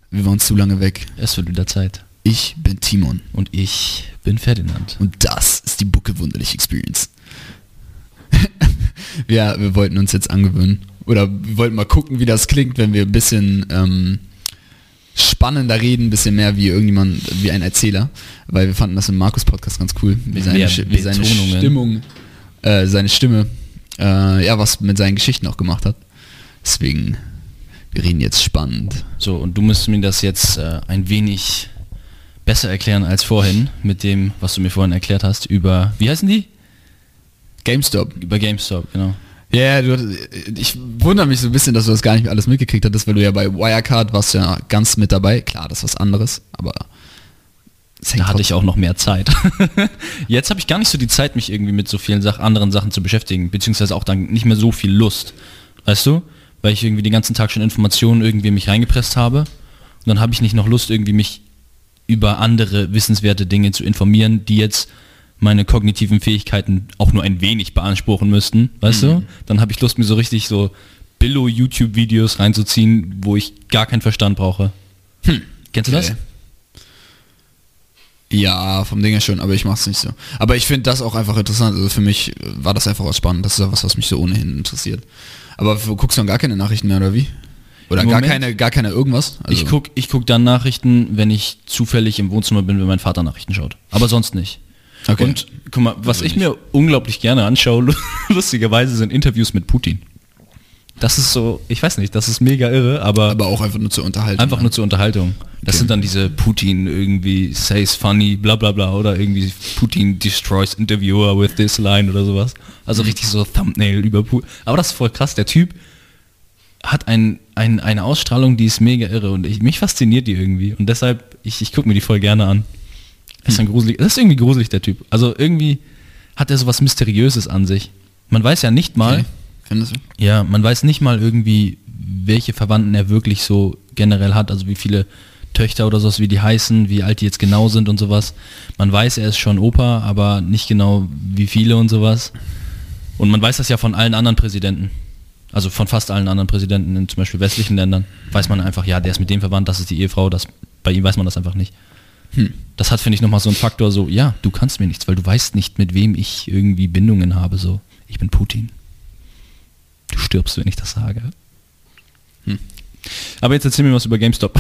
Wir waren zu lange weg. Es wird wieder Zeit. Ich bin Timon. Und ich bin Ferdinand. Und das ist die Bucke Wunderlich Experience. Ja, wir wollten uns jetzt angewöhnen. Oder wir wollten mal gucken, wie das klingt, wenn wir ein bisschen spannender reden, ein bisschen mehr wie irgendjemand, wie ein Erzähler. Weil wir fanden das im Markus-Podcast ganz cool. Wie seine Stimmung, seine Stimme, was mit seinen Geschichten auch gemacht hat. Deswegen, wir reden jetzt spannend. So, und du müsstest mir das jetzt ein wenig besser erklären als vorhin, mit dem, was du mir vorhin erklärt hast, über, wie heißen die? GameStop. Über GameStop, genau. Ja, ich wundere mich so ein bisschen, dass du das gar nicht alles mitgekriegt hattest, weil du ja bei Wirecard warst ja ganz mit dabei. Klar, das ist was anderes, aber da hatte ich auch noch mehr Zeit. Jetzt habe ich gar nicht so die Zeit, mich irgendwie mit so vielen anderen Sachen zu beschäftigen, beziehungsweise auch dann nicht mehr so viel Lust. Weißt du? Weil ich irgendwie den ganzen Tag schon Informationen irgendwie in mich reingepresst habe. Und dann habe ich nicht noch Lust, irgendwie mich über andere wissenswerte Dinge zu informieren, die jetzt meine kognitiven Fähigkeiten auch nur ein wenig beanspruchen müssten, weißt du? Dann habe ich Lust, mir so richtig so Billo-YouTube-Videos reinzuziehen, wo ich gar keinen Verstand brauche. Kennst du das? Ja, vom Ding her schon, aber ich mach's nicht so. Aber ich finde das auch einfach interessant. Also für mich war das einfach was spannend. Das ist ja was mich so ohnehin interessiert. Aber guckst du dann gar keine Nachrichten mehr, oder wie? Oder gar keine irgendwas? Also ich guck dann Nachrichten, wenn ich zufällig im Wohnzimmer bin, wenn mein Vater Nachrichten schaut. Aber sonst nicht. Okay. Und guck mal, was ich mir unglaublich gerne anschaue, lustigerweise sind Interviews mit Putin. Das ist so, ich weiß nicht, das ist mega irre, aber auch einfach nur zur Unterhaltung. Einfach nur zur Unterhaltung. Das sind dann diese Putin irgendwie says funny, bla bla bla, oder irgendwie Putin destroys interviewer with this line oder sowas. Also richtig so Thumbnail über Putin. Aber das ist voll krass, der Typ hat eine Ausstrahlung, die ist mega irre und mich fasziniert die irgendwie. Und deshalb, ich gucke mir die voll gerne an. Das ist irgendwie gruselig, der Typ. Also irgendwie hat er so was Mysteriöses an sich. Man weiß ja nicht mal, Findest du? Ja, man weiß nicht mal irgendwie, welche Verwandten er wirklich so generell hat, also wie viele Töchter oder sowas, wie die heißen, wie alt die jetzt genau sind und sowas. Man weiß, er ist schon Opa, aber nicht genau wie viele und sowas. Und man weiß das ja von allen anderen Präsidenten. Also von fast allen anderen Präsidenten in zum Beispiel westlichen Ländern. Weiß man einfach, ja, der ist mit dem verwandt, das ist die Ehefrau, bei ihm weiß man das einfach nicht. Das hat, finde ich, nochmal so einen Faktor, so, ja, du kannst mir nichts, weil du weißt nicht, mit wem ich irgendwie Bindungen habe, so. Ich bin Putin. Du stirbst, wenn ich das sage. Aber jetzt erzähl mir was über GameStop.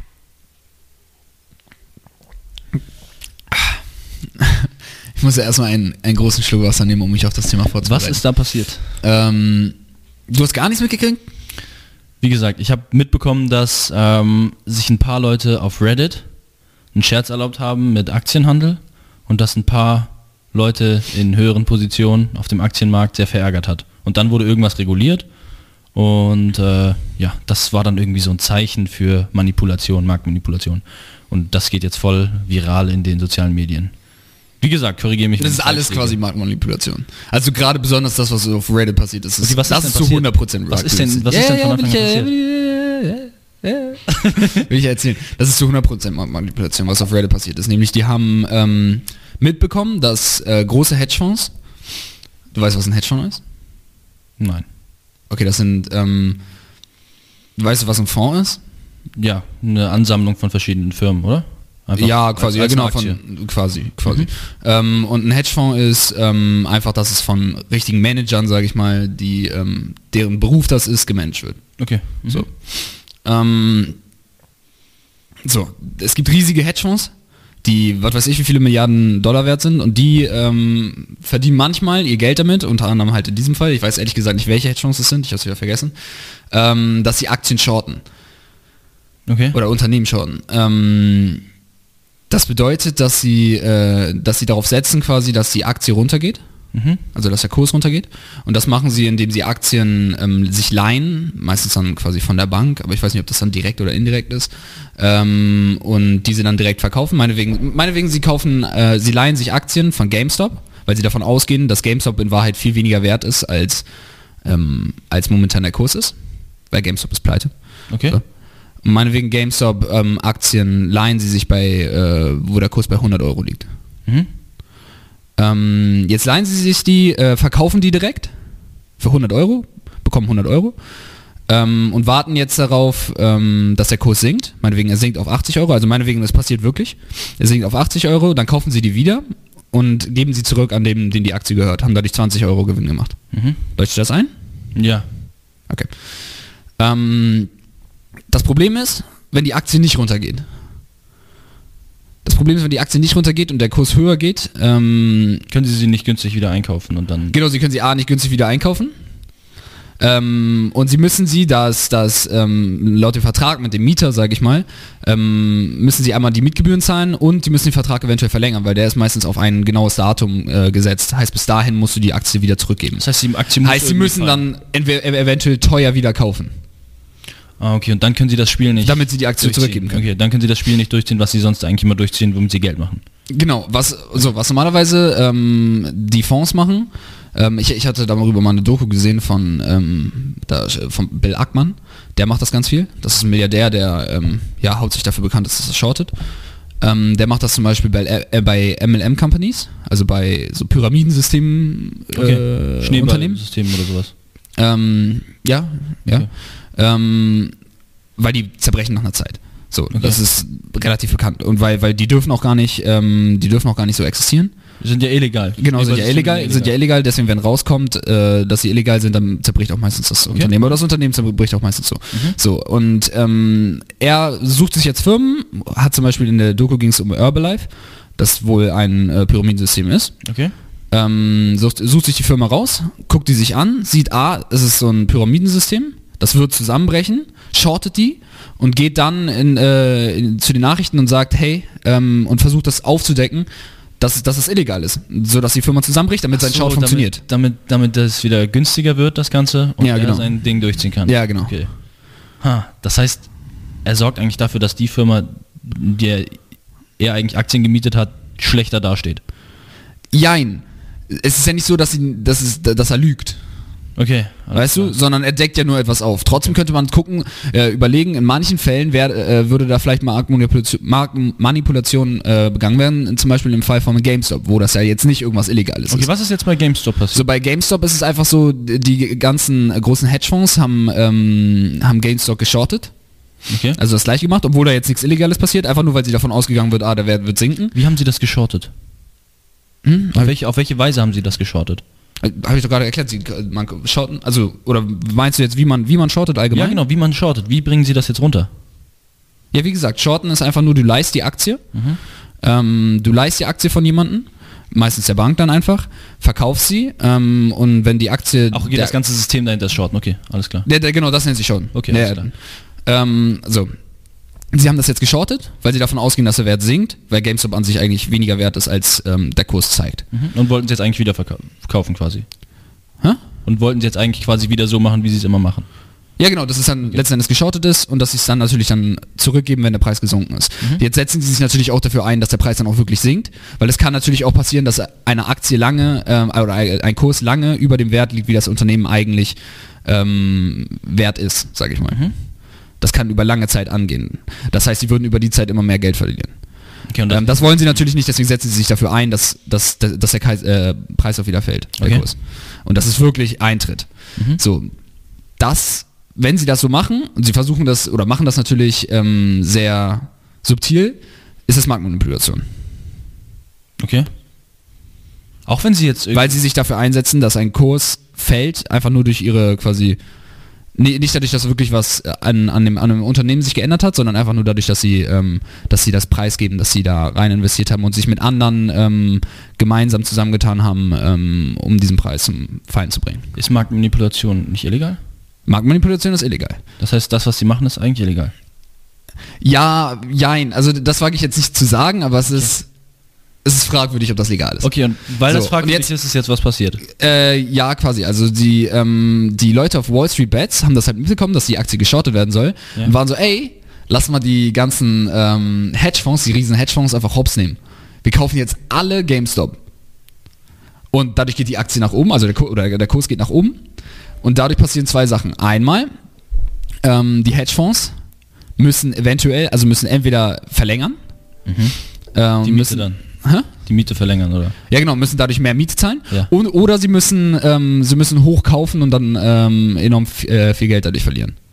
Ich muss ja erstmal einen großen Schluck Wasser nehmen, um mich auf das Thema vorzubereiten. Was ist da passiert? Du hast gar nichts mitgekriegt? Wie gesagt, ich habe mitbekommen, dass sich ein paar Leute auf Reddit einen Scherz erlaubt haben mit Aktienhandel und dass ein paar Leute in höheren Positionen auf dem Aktienmarkt sehr verärgert hat. Und dann wurde irgendwas reguliert und das war dann irgendwie so ein Zeichen für Manipulation, Marktmanipulation. Und das geht jetzt voll viral in den sozialen Medien. Wie gesagt, korrigiere mich. Das ist alles quasi Marktmanipulation. Also gerade besonders das, was auf Reddit passiert ist. Das ist zu 100% Was ist denn von Anfang an passiert? Will ich erzählen. Das ist zu 100% Marktmanipulation, was auf Reddit passiert ist. Nämlich die haben mitbekommen, dass große Hedgefonds, du weißt, was ein Hedgefonds ist? Nein. Okay, das sind, weißt du, was ein Fonds ist? Ja, eine Ansammlung von verschiedenen Firmen, oder? Einfach ja, quasi, als genau, Aktie. quasi. Und ein Hedgefonds ist einfach, dass es von richtigen Managern, sage ich mal, die deren Beruf das ist, gemanagt wird. Okay. So, es gibt riesige Hedgefonds, die, was weiß ich, wie viele Milliarden Dollar wert sind und die verdienen manchmal ihr Geld damit, unter anderem halt in diesem Fall, ich weiß ehrlich gesagt nicht, welche Hedgefonds es sind, ich habe es wieder vergessen, dass sie Aktien shorten. Okay. Oder Unternehmen shorten. Das bedeutet, dass sie darauf setzen quasi, dass die Aktie runtergeht. Also dass der Kurs runtergeht. Und das machen sie, indem sie Aktien sich leihen, meistens dann quasi von der Bank, aber ich weiß nicht, ob das dann direkt oder indirekt ist. Und diese dann direkt verkaufen. Meinetwegen sie leihen sich Aktien von GameStop, weil sie davon ausgehen, dass GameStop in Wahrheit viel weniger wert ist, als momentan der Kurs ist. Weil GameStop ist pleite. Okay. So. Und meinetwegen GameStop Aktien leihen sie sich wo der Kurs bei 100 Euro liegt. Jetzt leihen sie sich die, verkaufen die direkt für 100 Euro, bekommen 100 Euro und warten jetzt darauf, dass der Kurs sinkt. Meinetwegen, er sinkt auf 80 Euro, also meinetwegen, das passiert wirklich. Er sinkt auf 80 Euro, dann kaufen sie die wieder und geben sie zurück an den die Aktie gehört, haben dadurch 20 Euro Gewinn gemacht. Leuchtet das ein? Ja. Okay. Das Problem ist, wenn die Aktie nicht runtergeht. Das Problem ist, wenn die Aktie nicht runtergeht und der Kurs höher geht, können sie nicht günstig wieder einkaufen und dann... Genau, sie können sie nicht günstig wieder einkaufen. Und sie müssen laut dem Vertrag mit dem Mieter, sage ich mal, müssen sie einmal die Mietgebühren zahlen und die müssen den Vertrag eventuell verlängern, weil der ist meistens auf ein genaues Datum gesetzt. Heißt, bis dahin musst du die Aktie wieder zurückgeben. Das heißt, die Aktie muss sie müssen dann eventuell teuer wieder kaufen. Ah, okay, und dann können sie das Spiel nicht... Damit sie die Aktie zurückgeben können. Okay, dann können sie das Spiel nicht durchziehen, was sie sonst eigentlich immer durchziehen, womit sie Geld machen. Genau, was normalerweise die Fonds machen. Ich hatte darüber mal eine Doku gesehen von Bill Ackman. Der macht das ganz viel. Das ist ein Milliardär, der hauptsächlich dafür bekannt ist, dass er shortet. Der macht das zum Beispiel bei MLM Companies, also bei so Pyramidensystemen Unternehmen. Schneeballsystemen oder sowas. Ja. Okay. Weil die zerbrechen nach einer Zeit. So, Okay. das ist relativ bekannt. Und weil die dürfen auch gar nicht so existieren. Sind ja illegal. Genau, sind ja illegal, deswegen wenn rauskommt, dass sie illegal sind, dann zerbricht auch meistens das Unternehmen. Oder das Unternehmen zerbricht auch meistens so. So, und er sucht sich jetzt Firmen, hat zum Beispiel in der Doku ging es um Herbalife, das wohl ein Pyramidensystem ist. Okay. Sucht sich die Firma raus, guckt die sich an, sieht, es ist so ein Pyramidensystem, das wird zusammenbrechen, shortet die und geht dann zu den Nachrichten und sagt, hey, und versucht das aufzudecken, dass es illegal ist, sodass die Firma zusammenbricht, damit sein Short funktioniert. Damit das wieder günstiger wird, das Ganze, und er sein Ding durchziehen kann. Ja, genau. Okay. Das heißt, er sorgt eigentlich dafür, dass die Firma, der er eigentlich Aktien gemietet hat, schlechter dasteht. Jein. Es ist ja nicht so, dass er lügt. Okay. Weißt du? Sondern er deckt ja nur etwas auf. Trotzdem könnte man überlegen, in manchen Fällen würde da vielleicht Marktmanipulation begangen werden, zum Beispiel im Fall von GameStop, wo das ja jetzt nicht irgendwas Illegales ist. Okay, was ist jetzt bei GameStop passiert? So, bei GameStop ist es einfach so, die ganzen großen Hedgefonds haben GameStop geschortet. Okay. Also das gleiche gemacht, obwohl da jetzt nichts Illegales passiert, einfach nur, weil sie davon ausgegangen wird, der Wert wird sinken. Wie haben sie das geschortet? Auf welche Weise haben sie das geschortet? Habe ich doch gerade erklärt, man shorten, also, oder meinst du jetzt, wie man shortet allgemein? Ja, genau, wie man shortet. Wie bringen sie das jetzt runter? Ja, wie gesagt, shorten ist einfach nur, du leihst die Aktie. Du leihst die Aktie von jemandem, meistens der Bank dann einfach, verkaufst sie und wenn die Aktie... Auch okay, das ganze System dahinter ist shorten, okay, alles klar. Genau, das nennt sich shorten. Okay, alles klar. So. Sie haben das jetzt geschortet, weil sie davon ausgehen, dass der Wert sinkt, weil GameStop an sich eigentlich weniger wert ist, als der Kurs zeigt. Und wollten sie jetzt eigentlich wieder verkaufen quasi? Hä? Und wollten sie jetzt eigentlich quasi wieder so machen, wie sie es immer machen? Ja, genau, dass es dann letzten Endes geschortet ist und dass sie es dann natürlich dann zurückgeben, wenn der Preis gesunken ist. Jetzt setzen sie sich natürlich auch dafür ein, dass der Preis dann auch wirklich sinkt, weil es kann natürlich auch passieren, dass eine Aktie lange oder ein Kurs lange über dem Wert liegt, wie das Unternehmen eigentlich wert ist, sage ich mal. Das kann über lange Zeit angehen. Das heißt, sie würden über die Zeit immer mehr Geld verlieren. Okay, und das wollen sie natürlich nicht, deswegen setzen sie sich dafür ein, dass der Preis auch wieder fällt, der Kurs. Und dass es wirklich eintritt. So, wenn sie das so machen, und sie versuchen das, oder machen das natürlich sehr subtil, ist es Marktmanipulation. Okay. Auch wenn sie jetzt... Weil sie sich dafür einsetzen, dass ein Kurs fällt, einfach nur durch ihre quasi... Nicht dadurch, dass wirklich was an einem Unternehmen sich geändert hat, sondern einfach nur dadurch, dass sie das preisgeben, dass sie da rein investiert haben und sich mit anderen gemeinsam zusammengetan haben, um diesen Preis zum Fallen zu bringen. Ist Marktmanipulation nicht illegal? Marktmanipulation ist illegal. Das heißt, das, was sie machen, ist eigentlich illegal? Ja, jein. Also das wage ich jetzt nicht zu sagen, aber es ist fragwürdig, ob das legal ist. Okay, und weil das fragwürdig ist, ist jetzt was passiert? Ja, quasi. Also die Leute auf Wall Street Bets haben das halt mitbekommen, dass die Aktie geschortet werden soll. Ja. Und waren so, lass mal die ganzen Hedgefonds, die riesen Hedgefonds einfach hops nehmen. Wir kaufen jetzt alle GameStop. Und dadurch geht die Aktie nach oben, also der Kurs geht nach oben. Und dadurch passieren zwei Sachen. Einmal, die Hedgefonds müssen entweder verlängern. Die Miete dann. Die Miete verlängern, oder? Ja, genau, müssen dadurch mehr Miete zahlen. Ja. Oder sie müssen hochkaufen und dann enorm viel Geld dadurch verlieren.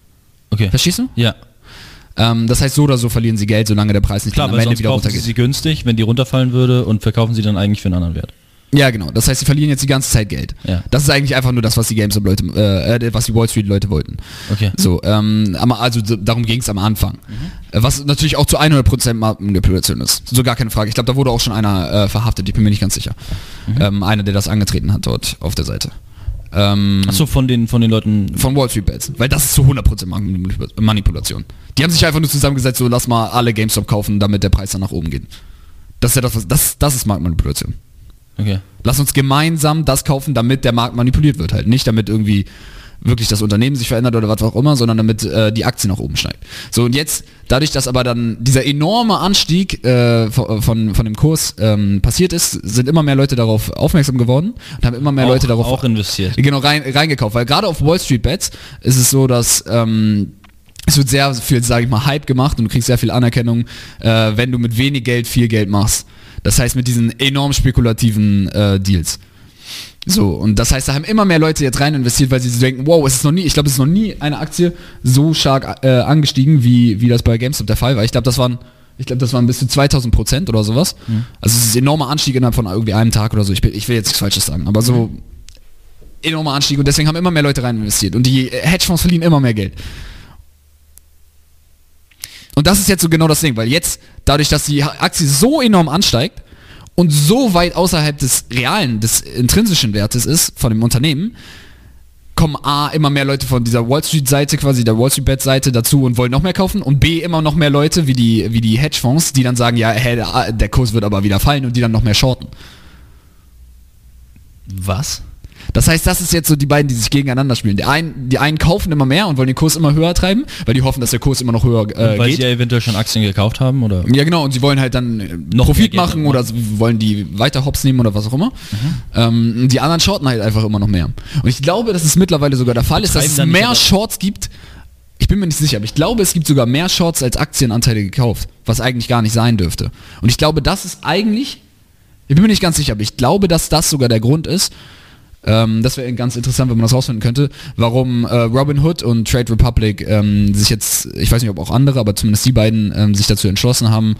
Okay. Verstehst du? Ja. Das heißt, so oder so verlieren sie Geld, solange der Preis nicht Klar, dann weil am Ende sonst wieder kaufen sie runtergeht. sie günstig, wenn die runterfallen würde und verkaufen sie dann eigentlich für einen anderen Wert. Ja, genau. Das heißt, sie verlieren jetzt die ganze Zeit Geld. Ja. Das ist eigentlich einfach nur das, was die GameStop-Leute, was die Wall Street-Leute wollten. Okay. So, also darum ging es am Anfang. Was natürlich auch zu 100% Marktmanipulation ist. So gar keine Frage. Ich glaube, da wurde auch schon einer verhaftet, ich bin mir nicht ganz sicher. Einer, der das angetreten hat dort auf der Seite. Achso, von den Leuten. Von Wall Street Bets. Weil das ist zu 100% Manipulation. Die haben sich einfach nur zusammengesetzt, so lass mal alle GameStop kaufen, damit der Preis dann nach oben geht. Das ist ja das ist Marktmanipulation. Okay. Lass uns gemeinsam das kaufen, damit der Markt manipuliert wird halt. Nicht damit irgendwie wirklich das Unternehmen sich verändert oder was auch immer, sondern damit die Aktie nach oben steigt. So, und jetzt, dadurch, dass aber dann dieser enorme Anstieg von dem Kurs passiert ist, sind immer mehr Leute darauf aufmerksam geworden und haben immer mehr Leute darauf auch investiert. Genau, reingekauft. Weil gerade auf Wall Street Bets ist es so, dass es wird sehr viel, sage ich mal, Hype gemacht und du kriegst sehr viel Anerkennung, wenn du mit wenig Geld viel Geld machst. Das heißt, mit diesen enorm spekulativen Deals. So, und das heißt, da haben immer mehr Leute jetzt rein investiert, weil sie so denken, wow, es ist noch nie eine Aktie so stark angestiegen, wie das bei GameStop der Fall war. Ich glaube, das waren bis zu 2000% oder sowas. Also es ist ein enormer Anstieg innerhalb von irgendwie einem Tag oder so. Ich will jetzt nichts Falsches sagen, aber so enormer Anstieg und deswegen haben immer mehr Leute rein investiert und die Hedgefonds verlieren immer mehr Geld. Und das ist jetzt so genau das Ding, weil jetzt, dadurch, dass die Aktie so enorm ansteigt und so weit außerhalb des realen, des intrinsischen Wertes ist von dem Unternehmen, kommen A, immer mehr Leute von dieser Wall Street Seite, quasi der Wall Street Bet Seite dazu und wollen noch mehr kaufen und B, immer noch mehr Leute wie die Hedgefonds, die dann sagen, ja, der Kurs wird aber wieder fallen und die dann noch mehr shorten. Was? Das heißt, das ist jetzt so die beiden, die sich gegeneinander spielen. Die einen kaufen immer mehr und wollen den Kurs immer höher treiben, weil die hoffen, dass der Kurs immer noch höher weil geht. sie ja eventuell schon Aktien gekauft haben, oder? Ja, genau, und sie wollen halt dann Noch Profit mehr Geld machen oder sie wollen die weiter hops nehmen oder was auch immer. Die anderen shorten halt einfach immer noch mehr. Und ich glaube, dass es mittlerweile sogar der Fall ist, dass es Betreiben dann mehr nicht Shorts gibt. Ich bin mir nicht sicher, aber ich glaube, es gibt sogar mehr Shorts als Aktienanteile gekauft, was eigentlich gar nicht sein dürfte. Und ich glaube, das ist eigentlich, ich bin mir nicht ganz sicher, aber ich glaube, dass das sogar der Grund ist. Das wäre ganz interessant, wenn man das rausfinden könnte, warum Robinhood und Trade Republic sich jetzt, ich weiß nicht, ob auch andere, aber zumindest die beiden sich dazu entschlossen haben,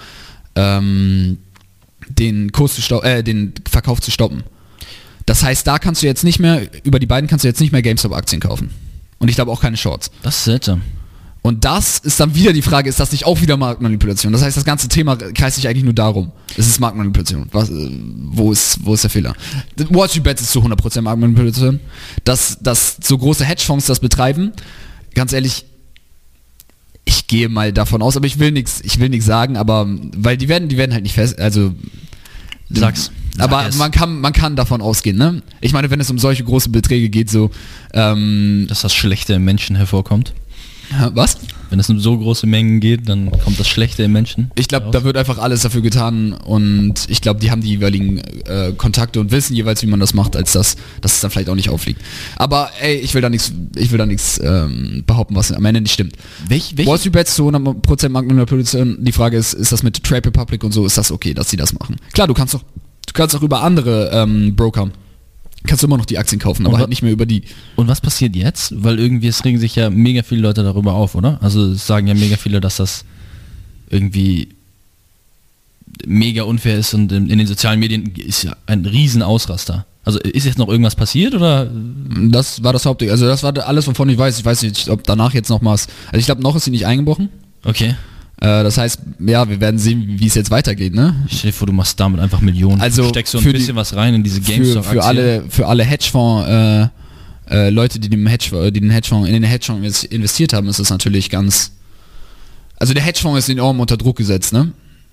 den Verkauf zu stoppen. Das heißt, da kannst du jetzt nicht mehr, über die beiden kannst du jetzt nicht mehr GameStop-Aktien kaufen. Und ich glaube auch keine Shorts. Das ist seltsam. Und das ist dann wieder die Frage, ist das nicht auch wieder Marktmanipulation? Das heißt, das ganze Thema kreist sich eigentlich nur darum. Es ist Marktmanipulation. Wo ist der Fehler? Wall Street Bets ist zu 100% Marktmanipulation. Dass so große Hedgefonds das betreiben, ganz ehrlich, ich gehe mal davon aus, aber ich will nichts sagen, aber weil die werden halt nicht fest, also Sag's. Aber man kann davon ausgehen, ne? Ich meine, wenn es um solche große Beträge geht, so dass das Schlechte im Menschen hervorkommt. Was? Wenn es um so große Mengen geht, dann kommt das Schlechte im Menschen. Ich glaube, da wird einfach alles dafür getan und ich glaube, die haben die jeweiligen Kontakte und wissen jeweils, wie man das macht, als dass es dann vielleicht auch nicht auffliegt. Aber ey, ich will da nichts behaupten, was am Ende nicht stimmt. Wall Street Bets zu 100% Marktmanipulation, die Frage ist das mit Trade Republic und so, ist das okay, dass sie das machen? Klar, du kannst auch über andere Broker kannst du immer noch die Aktien kaufen, aber halt nicht mehr über die. Und was passiert jetzt? Weil irgendwie, es regen sich ja mega viele Leute darüber auf, oder? Also es sagen ja mega viele, dass das irgendwie mega unfair ist und in den sozialen Medien ist ja ein riesen Ausraster. Also ist jetzt noch irgendwas passiert, oder? Das war das Hauptding. Also das war alles, wovon ich weiß. Ich weiß nicht, ob danach jetzt noch was. Also ich glaube, noch ist sie nicht eingebrochen. Okay. Das heißt, ja, wir werden sehen, wie es jetzt weitergeht, ne? Stell dir vor, du machst damit einfach Millionen. Also steckst so ein bisschen was rein in diese GameStop-Aktien. Für alle Hedgefonds, Leute, die in den Hedgefonds investiert haben, ist das natürlich ganz. Also der Hedgefonds ist enorm unter Druck gesetzt, ne?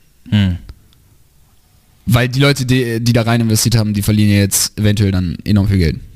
Weil die Leute, die da rein investiert haben, die verlieren ja jetzt eventuell dann enorm viel Geld.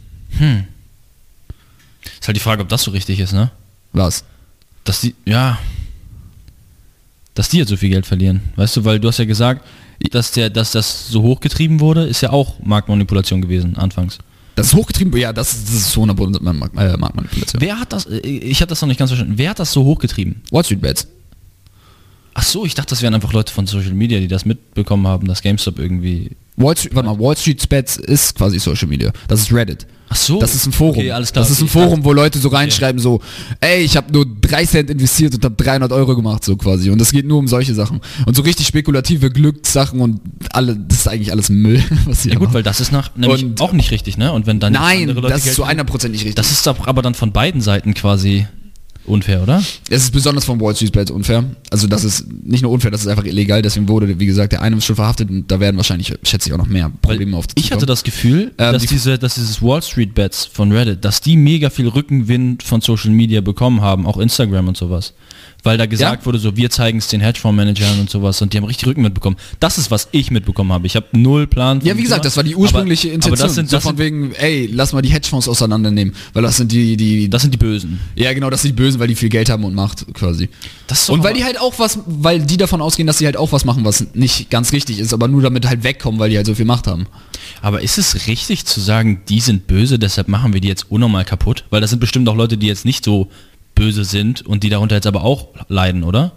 Ist halt die Frage, ob das so richtig ist, ne? Was? Dass die jetzt so viel Geld verlieren. Weißt du, weil du hast ja gesagt, dass das so hochgetrieben wurde, ist ja auch Marktmanipulation gewesen, anfangs. Das ist hochgetrieben, ja, das ist so eine Marktmanipulation. Wer hat das, ich habe das noch nicht ganz verstanden, wer hat das so hochgetrieben? Wall Street Bets. Ach so, ich dachte, das wären einfach Leute von Social Media, die das mitbekommen haben, dass GameStop irgendwie Wall Street Bets ist quasi Social Media. Das ist Reddit. Ach so. Das ist ein Forum. Okay, alles klar. Das ist ein Forum, wo Leute so reinschreiben, so, ey, ich habe nur 3 Cent investiert und habe 300 Euro gemacht, so quasi. Und das geht nur um solche Sachen. Und so richtig spekulative Glückssachen und das ist eigentlich alles Müll. Was Ja gut, weil das ist nämlich auch nicht richtig, ne? Und wenn dann nein, das ist zu 100% nicht richtig. Das ist aber dann von beiden Seiten quasi unfair, oder? Es ist besonders von Wall Street Bets unfair. Also das ist nicht nur unfair, das ist einfach illegal. Deswegen wurde, wie gesagt, der eine schon verhaftet und da werden wahrscheinlich, schätze ich, auch noch mehr Probleme auf. Ich hatte das Gefühl, dass dieses Wall Street Bets von Reddit, dass die mega viel Rückenwind von Social Media bekommen haben, auch Instagram und sowas. Weil da gesagt wurde, so, wir zeigen es den Hedgefondsmanagern und sowas und die haben richtig Rückenwind bekommen. Das ist, was ich mitbekommen habe. Ich habe null Plan. Ja, wie gesagt, das war die ursprüngliche Intention. Das von wegen, ey, lass mal die Hedgefonds auseinandernehmen, weil das sind das sind die Bösen. Ja, genau, das sind die Bösen, weil die viel Geld haben und Macht, quasi. Und weil die halt auch weil die davon ausgehen, dass sie halt auch was machen, was nicht ganz richtig ist, aber nur damit halt wegkommen, weil die halt so viel Macht haben. Aber ist es richtig zu sagen, die sind böse, deshalb machen wir die jetzt unnormal kaputt? Weil das sind bestimmt auch Leute, die jetzt nicht so böse sind und die darunter jetzt aber auch leiden, oder?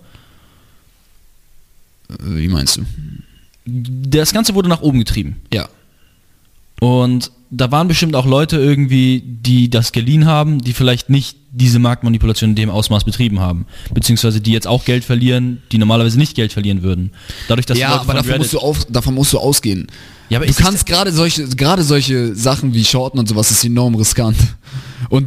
Wie meinst du? Das Ganze wurde nach oben getrieben. Ja. Und da waren bestimmt auch Leute irgendwie, die das geliehen haben, die vielleicht nicht diese Marktmanipulation in dem Ausmaß betrieben haben. Beziehungsweise die jetzt auch Geld verlieren, die normalerweise nicht Geld verlieren würden. Dadurch, dass aber davon musst du ausgehen. Ja, aber du kannst gerade solche Sachen wie Shorten und sowas ist enorm riskant. Und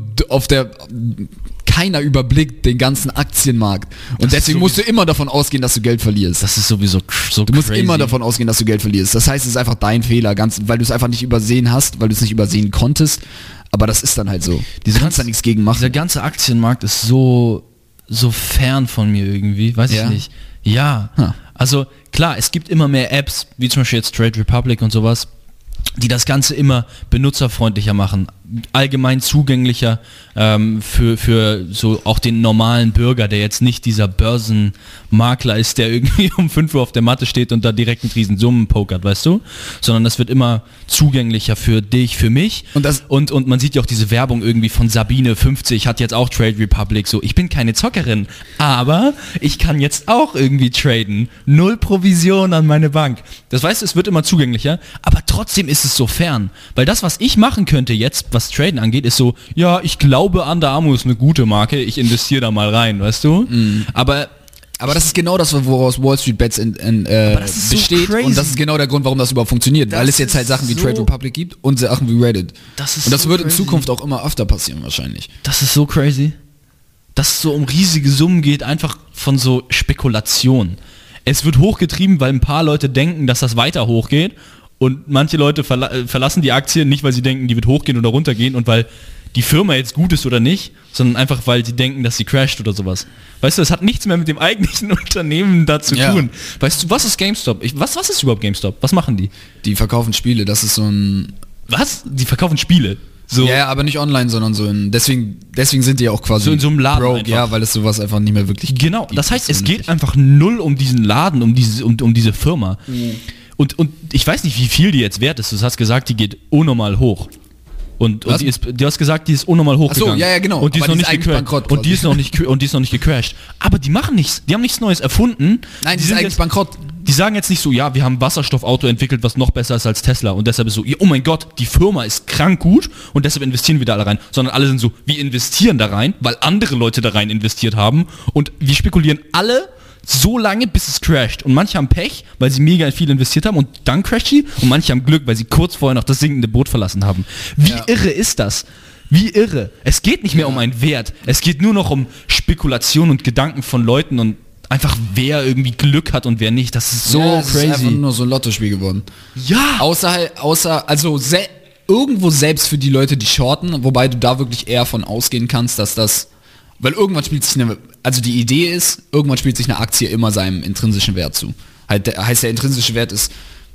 keiner überblickt den ganzen Aktienmarkt. Und deswegen musst du immer davon ausgehen, dass du Geld verlierst. Das ist sowieso so Du musst immer davon ausgehen, dass du Geld verlierst. Das heißt, es ist einfach dein Fehler, weil du es einfach nicht übersehen hast, weil du es nicht übersehen konntest. Aber das ist dann halt so. Du kannst da nichts gegen machen. Dieser ganze Aktienmarkt ist so fern von mir irgendwie. Weiß ich nicht. Ja. Also klar, es gibt immer mehr Apps, wie zum Beispiel jetzt Trade Republic und sowas, die das Ganze immer benutzerfreundlicher machen, allgemein zugänglicher für so auch den normalen Bürger, der jetzt nicht dieser Börsenmakler ist, der irgendwie um 5 Uhr auf der Matte steht und da direkt mit riesen Summen pokert, weißt du? Sondern das wird immer zugänglicher für dich, für mich. Und man sieht ja auch diese Werbung irgendwie von Sabine 50, hat jetzt auch Trade Republic, so, ich bin keine Zockerin, aber ich kann jetzt auch irgendwie traden. 0 Provision an meine Bank. Das heißt, es wird immer zugänglicher, aber trotzdem ist es so fern. Weil das, was ich machen könnte jetzt, was Traden angeht, ist so, ja, ich glaube, Under Armour ist eine gute Marke, ich investiere da mal rein, weißt du? Aber das ist genau das, woraus Wall Street Bets besteht. So und das ist genau der Grund, warum das überhaupt funktioniert. Weil es jetzt halt Sachen wie Trade Republic gibt und Sachen wie Reddit. Und das wird in Zukunft auch immer öfter passieren wahrscheinlich. Das ist so crazy. Dass es so um riesige Summen geht, einfach von so Spekulation. Es wird hochgetrieben, weil ein paar Leute denken, dass das weiter hochgeht. Und manche Leute verlassen die Aktie nicht, weil sie denken, die wird hochgehen oder runtergehen und weil die Firma jetzt gut ist oder nicht, sondern einfach, weil sie denken, dass sie crasht oder sowas. Weißt du, das hat nichts mehr mit dem eigentlichen Unternehmen da zu tun. Weißt du, was ist GameStop? Was ist überhaupt GameStop? Was machen die? Die verkaufen Spiele, das ist so ein... Was? Die verkaufen Spiele? So. Ja, aber nicht online, sondern so in... Deswegen sind die ja auch quasi... So in so einem Laden broke, ja, weil es sowas einfach nicht mehr wirklich... Genau, das heißt, es geht einfach null um diesen Laden, um diese Firma. Mhm. Und ich weiß nicht, wie viel die jetzt wert ist. Du hast gesagt, die geht unnormal hoch. Und du hast gesagt, die ist unnormal hochgegangen. Ach so, ja, genau. Und die ist noch nicht bankrott. Und die ist noch nicht gecrashed. Aber die machen nichts. Die haben nichts Neues erfunden. Nein, die sind eigentlich bankrott. Die sagen jetzt nicht so, ja, wir haben ein Wasserstoffauto entwickelt, was noch besser ist als Tesla. Und deshalb ist so, oh mein Gott, die Firma ist krank gut und deshalb investieren wir da alle rein. Sondern alle sind so, wir investieren da rein, weil andere Leute da rein investiert haben. Und wir spekulieren alle so lange, bis es crasht. Und manche haben Pech, weil sie mega viel investiert haben und dann crasht sie. Und manche haben Glück, weil sie kurz vorher noch das sinkende Boot verlassen haben. Wie irre ist das? Wie irre. Es geht nicht mehr um einen Wert. Es geht nur noch um Spekulation und Gedanken von Leuten und einfach wer irgendwie Glück hat und wer nicht. Das ist so crazy. Das ist einfach nur so ein Lottospiel geworden. Ja. Irgendwo selbst für die Leute, die shorten, wobei du da wirklich eher von ausgehen kannst, dass das... Weil irgendwann spielt sich die Idee ist, irgendwann spielt sich eine Aktie immer seinem intrinsischen Wert zu. Heißt der intrinsische Wert ist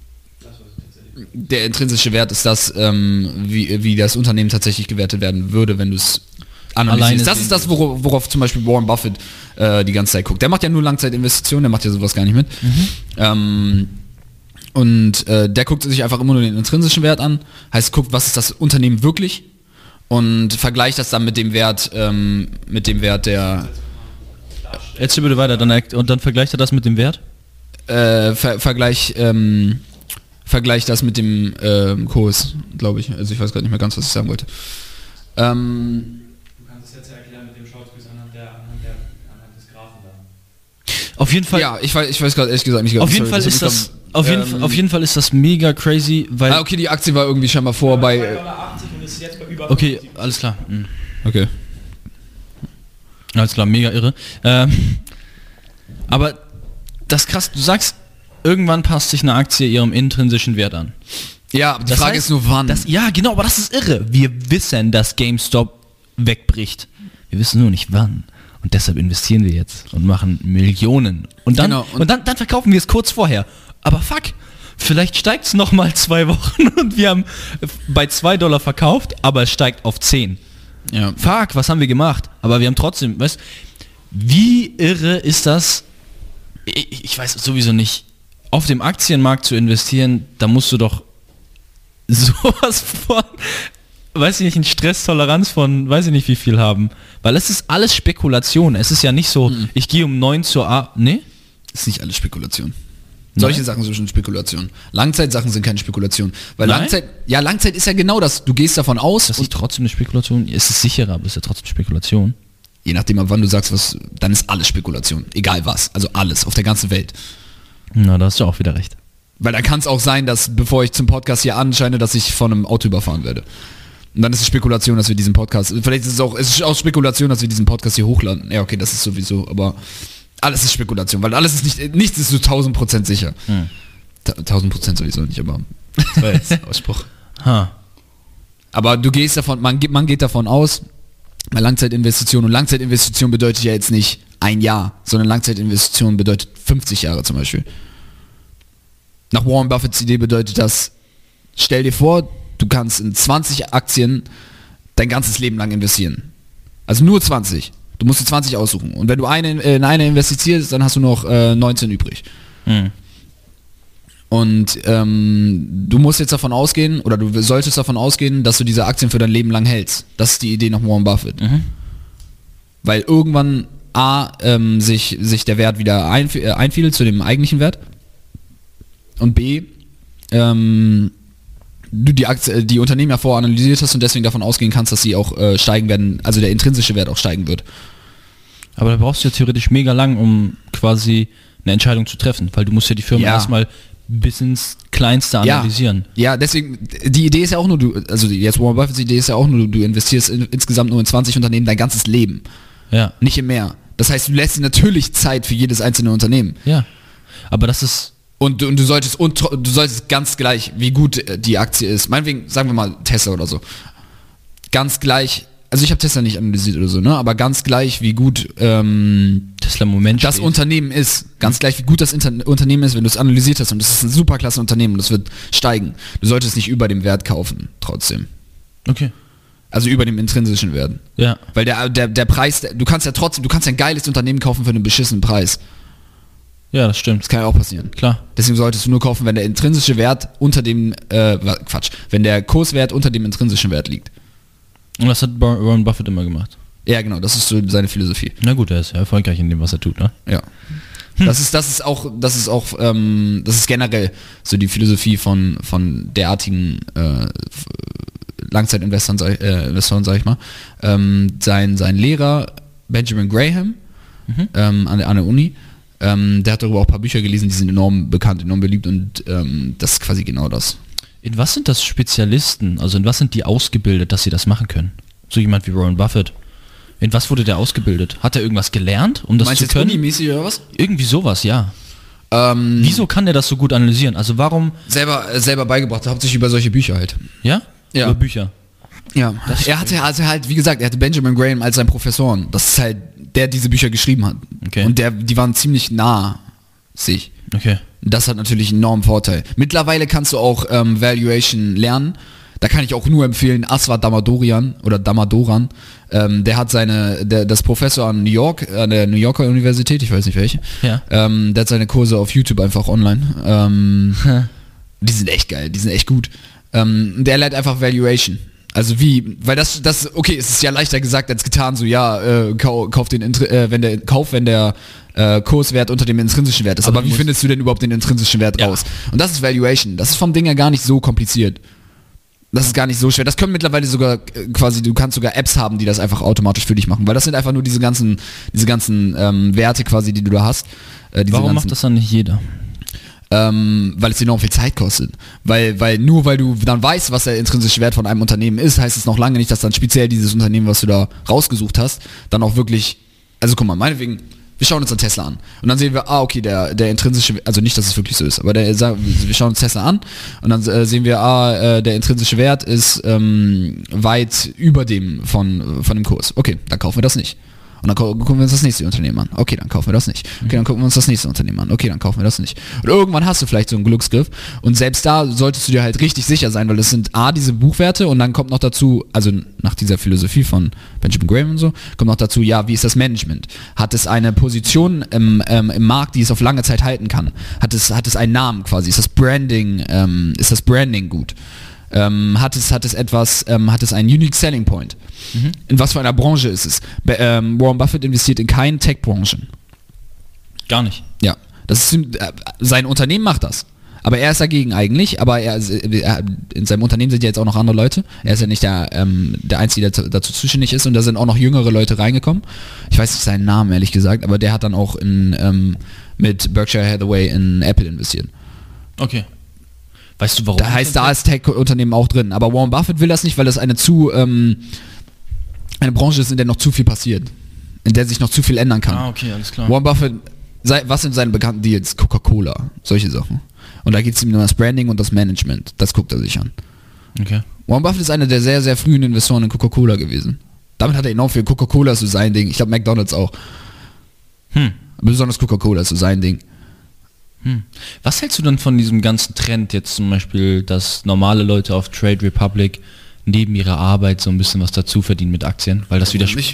das, wie das Unternehmen tatsächlich gewertet werden würde, wenn du es analysierst. Das ist das, worauf zum Beispiel Warren Buffett die ganze Zeit guckt. Der macht ja nur Langzeitinvestitionen, der macht ja sowas gar nicht mit. Der guckt sich einfach immer nur den intrinsischen Wert an, heißt guckt, was ist das Unternehmen wirklich und vergleicht das dann mit dem Wert der... Erzähl bitte weiter, dann vergleicht er das mit dem Wert? vergleich das mit dem Kurs, glaube ich. Also ich weiß gerade nicht mehr ganz, was ich sagen wollte. Du kannst es jetzt erklären mit dem Shortsqueeze anhand des Graphen da. Auf jeden Fall. Ja, ich weiß gerade ehrlich gesagt nicht Auf jeden Fall ist das. Auf jeden Fall ist das mega crazy, weil. Okay, die Aktie war irgendwie scheinbar vor bei. $2,80 und ist jetzt bei über Okay, 75. alles klar. Okay. Alles klar, mega irre. Aber das ist krass, du sagst, irgendwann passt sich eine Aktie ihrem intrinsischen Wert an. Ja, die Das Frage heißt, ist nur wann. Ja, genau, aber das ist irre. Wir wissen, dass GameStop wegbricht. Wir wissen nur nicht wann. Und deshalb investieren wir jetzt und machen Millionen. Und dann, Genau, und dann verkaufen wir es kurz vorher. Aber fuck, vielleicht steigt es nochmal 2 Wochen und wir haben bei $2 verkauft, aber es steigt auf 10. Ja. Fuck, was haben wir gemacht? Aber wir haben trotzdem, weißt, wie irre ist das? Ich weiß sowieso nicht. Auf dem Aktienmarkt zu investieren, da musst du doch sowas von, weiß ich nicht, eine Stresstoleranz von, weiß ich nicht wie viel haben. Weil es ist alles Spekulation. Es ist ja nicht so, ich gehe um 9 zur A... Nee? Ist nicht alles Spekulation. Solche Sachen sind schon Spekulation. Langzeitsachen sind keine Spekulation. Weil Langzeit ist ja genau das. Du gehst davon aus. Das ist trotzdem eine Spekulation. Es ist sicherer, aber es ist ja trotzdem Spekulation. Je nachdem, ab wann du sagst, was, dann ist alles Spekulation. Egal was. Also alles. Auf der ganzen Welt. Na, da hast du auch wieder recht. Weil da kann es auch sein, dass bevor ich zum Podcast hier anscheine, dass ich von einem Auto überfahren werde. Und dann ist es Spekulation, dass wir diesen Podcast, vielleicht ist es ist auch Spekulation, dass wir diesen Podcast hier hochladen. Ja, okay, das ist sowieso, aber alles ist Spekulation, weil alles ist nichts ist so 1000% sicher. 1000% sowieso nicht, aber das war jetzt Ausspruch. Aber du gehst davon, man geht davon aus, bei Langzeitinvestition, und Langzeitinvestition bedeutet ja jetzt nicht ein Jahr, sondern Langzeitinvestition bedeutet 50 Jahre zum Beispiel. Nach Warren Buffetts Idee bedeutet das, stell dir vor, du kannst in 20 Aktien dein ganzes Leben lang investieren. Also nur 20. Du musst dir 20 aussuchen. Und wenn du in eine investierst, dann hast du noch 19 übrig. Und du musst jetzt davon ausgehen, oder du solltest davon ausgehen, dass du diese Aktien für dein Leben lang hältst. Das ist die Idee nach Warren Buffett. Weil irgendwann sich der Wert wieder einfiedelt zu dem eigentlichen Wert. Und B, du die Unternehmen ja vorher analysiert hast und deswegen davon ausgehen kannst, dass sie auch steigen werden, also der intrinsische Wert auch steigen wird. Aber da brauchst du ja theoretisch mega lang, um quasi eine Entscheidung zu treffen, weil du musst ja die Firma erstmal bis ins Kleinste analysieren. Ja, deswegen, die Idee ist ja auch nur, jetzt Warren Buffetts Idee ist ja auch nur, du investierst insgesamt nur in 20 Unternehmen dein ganzes Leben. Ja. Nicht in mehr. Das heißt, du lässt dir natürlich Zeit für jedes einzelne Unternehmen. Ja. Aber das ist... Und du solltest ganz gleich, wie gut die Aktie ist, meinetwegen, sagen wir mal Tesla oder so, ganz gleich, also ich habe Tesla nicht analysiert oder so, ne, aber ganz gleich, wie gut Tesla im Moment das Unternehmen ist, ganz gleich, wie gut das Unternehmen ist, wenn du es analysiert hast, und das ist ein super klasse Unternehmen und das wird steigen. Du solltest nicht über dem Wert kaufen, trotzdem. Okay. Also über dem intrinsischen Wert. Ja. Weil der Preis, du kannst ja ein geiles Unternehmen kaufen für einen beschissenen Preis. Ja, das stimmt. Das kann ja auch passieren. Klar. Deswegen solltest du nur kaufen, wenn der intrinsische Wert unter dem, wenn der Kurswert unter dem intrinsischen Wert liegt. Und das hat Warren Buffett immer gemacht. Ja, genau, das ist so seine Philosophie. Na gut, er ist ja erfolgreich in dem, was er tut, ne? Ja. Das ist generell so die Philosophie von derartigen Langzeitinvestoren, sag ich mal. Sein Lehrer, Benjamin Graham, an der Uni, der hat darüber auch ein paar Bücher gelesen, die sind enorm bekannt, enorm beliebt, und das ist quasi genau das. In was sind das Spezialisten? Also in was sind die ausgebildet, dass sie das machen können? So jemand wie Warren Buffett. In was wurde der ausgebildet? Hat er irgendwas gelernt, um das Meinst zu jetzt können? Unimäßig oder was? Irgendwie sowas, ja. Wieso kann der das so gut analysieren? Also warum... Selber beigebracht, hauptsächlich über solche Bücher halt. Ja? Ja. Über Bücher. Ja, er hatte wie gesagt, er hatte Benjamin Graham als sein Professoren. Das ist halt, der diese Bücher geschrieben hat. Okay. Und die waren ziemlich nah sich. Okay. Das hat natürlich einen enormen Vorteil. Mittlerweile kannst du auch Valuation lernen. Da kann ich auch nur empfehlen, Aswar Damodaran. Der hat das Professor an der New Yorker Universität, ich weiß nicht welche. Ja. Der hat seine Kurse auf YouTube einfach online. Die sind echt geil, die sind echt gut. Der lernt einfach Valuation. Also weil okay, es ist ja leichter gesagt als getan, so ja, wenn Kurswert unter dem intrinsischen Wert ist. Aber wie findest du denn überhaupt den intrinsischen Wert raus? Und das ist Valuation. Das ist vom Ding her gar nicht so kompliziert. Das ist gar nicht so schwer. Das können mittlerweile sogar quasi, du kannst sogar Apps haben, die das einfach automatisch für dich machen, weil das sind einfach nur diese ganzen Werte quasi, die du da hast. Warum macht das dann nicht jeder? Weil es enorm viel Zeit kostet. Weil du dann weißt, was der intrinsische Wert von einem Unternehmen ist, heißt es noch lange nicht, dass dann speziell dieses Unternehmen, was du da rausgesucht hast, dann auch wirklich, also guck mal, meinetwegen, wir schauen uns dann Tesla an und dann sehen wir, okay, der intrinsische, also nicht, dass es wirklich so ist, aber wir schauen uns Tesla an und dann sehen wir, der intrinsische Wert ist weit über dem von dem Kurs. Okay, dann kaufen wir das nicht. Und dann gucken wir uns das nächste Unternehmen an. Okay, dann kaufen wir das nicht. Okay, dann gucken wir uns das nächste Unternehmen an. Okay, dann kaufen wir das nicht. Und irgendwann hast du vielleicht so einen Glücksgriff. Und selbst da solltest du dir halt richtig sicher sein, weil es sind diese Buchwerte und dann kommt noch dazu, also nach dieser Philosophie von Benjamin Graham und so, kommt noch dazu, wie ist das Management? Hat es eine Position im Markt, die es auf lange Zeit halten kann? Hat es einen Namen quasi? Ist das Branding gut? Hat es einen Unique Selling Point? In was für einer Branche ist es? Warren Buffett investiert in keine Tech-Branchen. Gar nicht. Ja, das ist, sein Unternehmen macht das. Aber er ist dagegen eigentlich, aber in seinem Unternehmen sind ja jetzt auch noch andere Leute. Er ist ja nicht der Einzige, der dazu zuständig ist und da sind auch noch jüngere Leute reingekommen. Ich weiß nicht seinen Namen, ehrlich gesagt, aber der hat dann auch mit Berkshire Hathaway in Apple investiert. Okay. Weißt du, warum? Da heißt, da ist Tech-Unternehmen auch drin. Aber Warren Buffett will das nicht, weil das eine Branche ist, in der noch zu viel passiert. In der sich noch zu viel ändern kann. Okay, alles klar. Warren Buffett, was sind seine bekannten Deals? Coca-Cola, solche Sachen. Und da geht es ihm um das Branding und das Management. Das guckt er sich an. Okay. Warren Buffett ist einer der sehr, sehr frühen Investoren in Coca-Cola gewesen. Damit hat er enorm viel. Coca-Cola ist so sein Ding. Ich glaube, McDonald's auch. Besonders Coca-Cola ist so sein Ding. Was hältst du denn von diesem ganzen Trend jetzt zum Beispiel, dass normale Leute auf Trade Republic neben ihrer Arbeit so ein bisschen was dazu verdienen mit Aktien? Weil das nicht?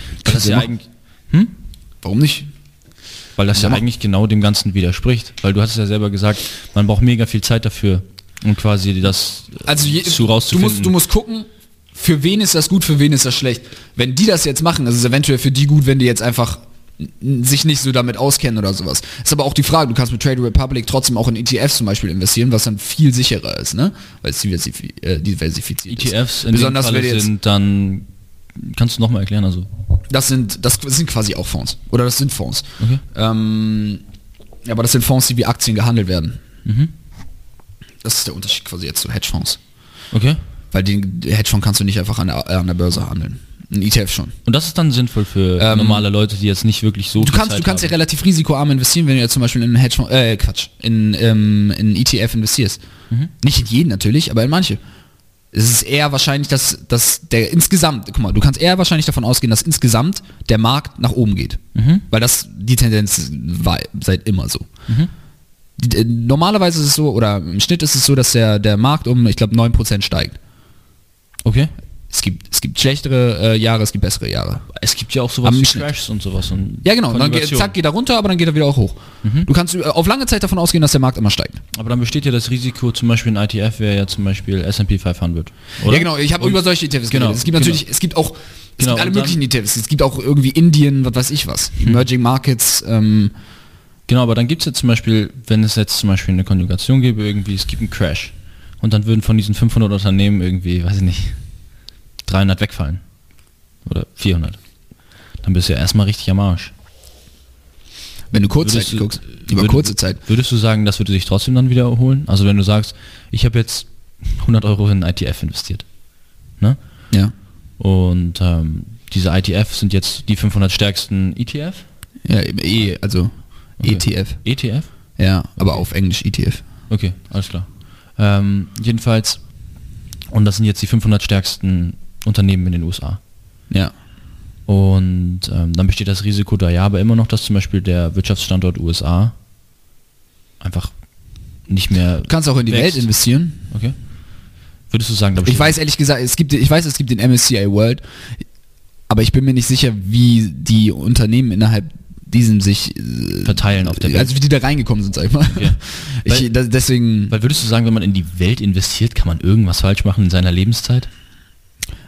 Warum nicht? Weil das ja eigentlich genau dem Ganzen widerspricht. Weil du hast es ja selber gesagt, man braucht mega viel Zeit dafür, um quasi das rauszufinden. Du musst gucken, für wen ist das gut, für wen ist das schlecht. Wenn die das jetzt machen, ist es eventuell für die gut, wenn die jetzt einfach sich nicht so damit auskennen oder sowas. Ist aber auch die Frage, du kannst mit Trade Republic trotzdem auch in ETFs zum Beispiel investieren, was dann viel sicherer ist, ne? Weil es diversifiziert ETFs in besonders dem Fall sind dann, kannst du nochmal erklären, also? Das sind quasi auch Fonds. Oder das sind Fonds. Okay. Aber das sind Fonds, die wie Aktien gehandelt werden. Das ist der Unterschied quasi jetzt zu Hedgefonds. Okay. Weil den Hedgefonds kannst du nicht einfach an der Börse handeln. Ein ETF schon. Und das ist dann sinnvoll für normale Leute, die jetzt nicht wirklich so Du kannst ja relativ risikoarm investieren, wenn du jetzt zum Beispiel in einen Hedgefonds, in ETF investierst. Nicht in jeden natürlich, aber in manche. Es ist eher wahrscheinlich, dass der insgesamt, guck mal, du kannst eher wahrscheinlich davon ausgehen, dass insgesamt der Markt nach oben geht. Weil die Tendenz war seit immer so. Normalerweise ist es so, oder im Schnitt ist es so, dass der Markt ich glaube, 9% steigt. Okay. Es gibt schlechtere Jahre, es gibt bessere Jahre. Es gibt ja auch sowas wie Crashs und sowas. Und ja, genau. Dann geht er runter, aber dann geht er wieder auch hoch. Du kannst auf lange Zeit davon ausgehen, dass der Markt immer steigt. Aber dann besteht ja das Risiko, zum Beispiel ein ETF wäre ja zum Beispiel S&P 500. Oder? Ja, genau. Ich habe über solche ETFs geredet. Es gibt natürlich, es gibt alle möglichen ETFs. Es gibt auch irgendwie Indien, was weiß ich was. Emerging Markets. Genau, aber dann gibt es ja zum Beispiel, wenn es jetzt zum Beispiel eine Konjugation gäbe, irgendwie, es gibt einen Crash. Und dann würden von diesen 500 Unternehmen irgendwie, weiß ich nicht, 300 wegfallen. Oder 400. Dann bist du ja erstmal richtig am Arsch. Wenn du kurzzeitig guckst, über kurze Zeit. Würdest du sagen, das würde sich trotzdem dann wieder erholen? Also wenn du sagst, ich habe jetzt 100 Euro in ETF investiert. Ne? Ja. Und diese ETF sind jetzt die 500 stärksten ETF? Ja, also okay. ETF. ETF? Ja, aber auf Englisch ETF. Okay, alles klar. Jedenfalls, und das sind jetzt die 500 stärksten Unternehmen in den USA. Ja. Und dann besteht das Risiko da ja, aber immer noch, dass zum Beispiel der Wirtschaftsstandort USA einfach nicht mehr. Du kannst auch in die Welt investieren. Okay. Würdest du sagen, ich weiß ehrlich gesagt, es gibt den MSCI World, aber ich bin mir nicht sicher, wie die Unternehmen innerhalb diesem sich verteilen auf der Welt. Also wie die da reingekommen sind, sag ich mal. Okay. Deswegen. Weil würdest du sagen, wenn man in die Welt investiert, kann man irgendwas falsch machen in seiner Lebenszeit?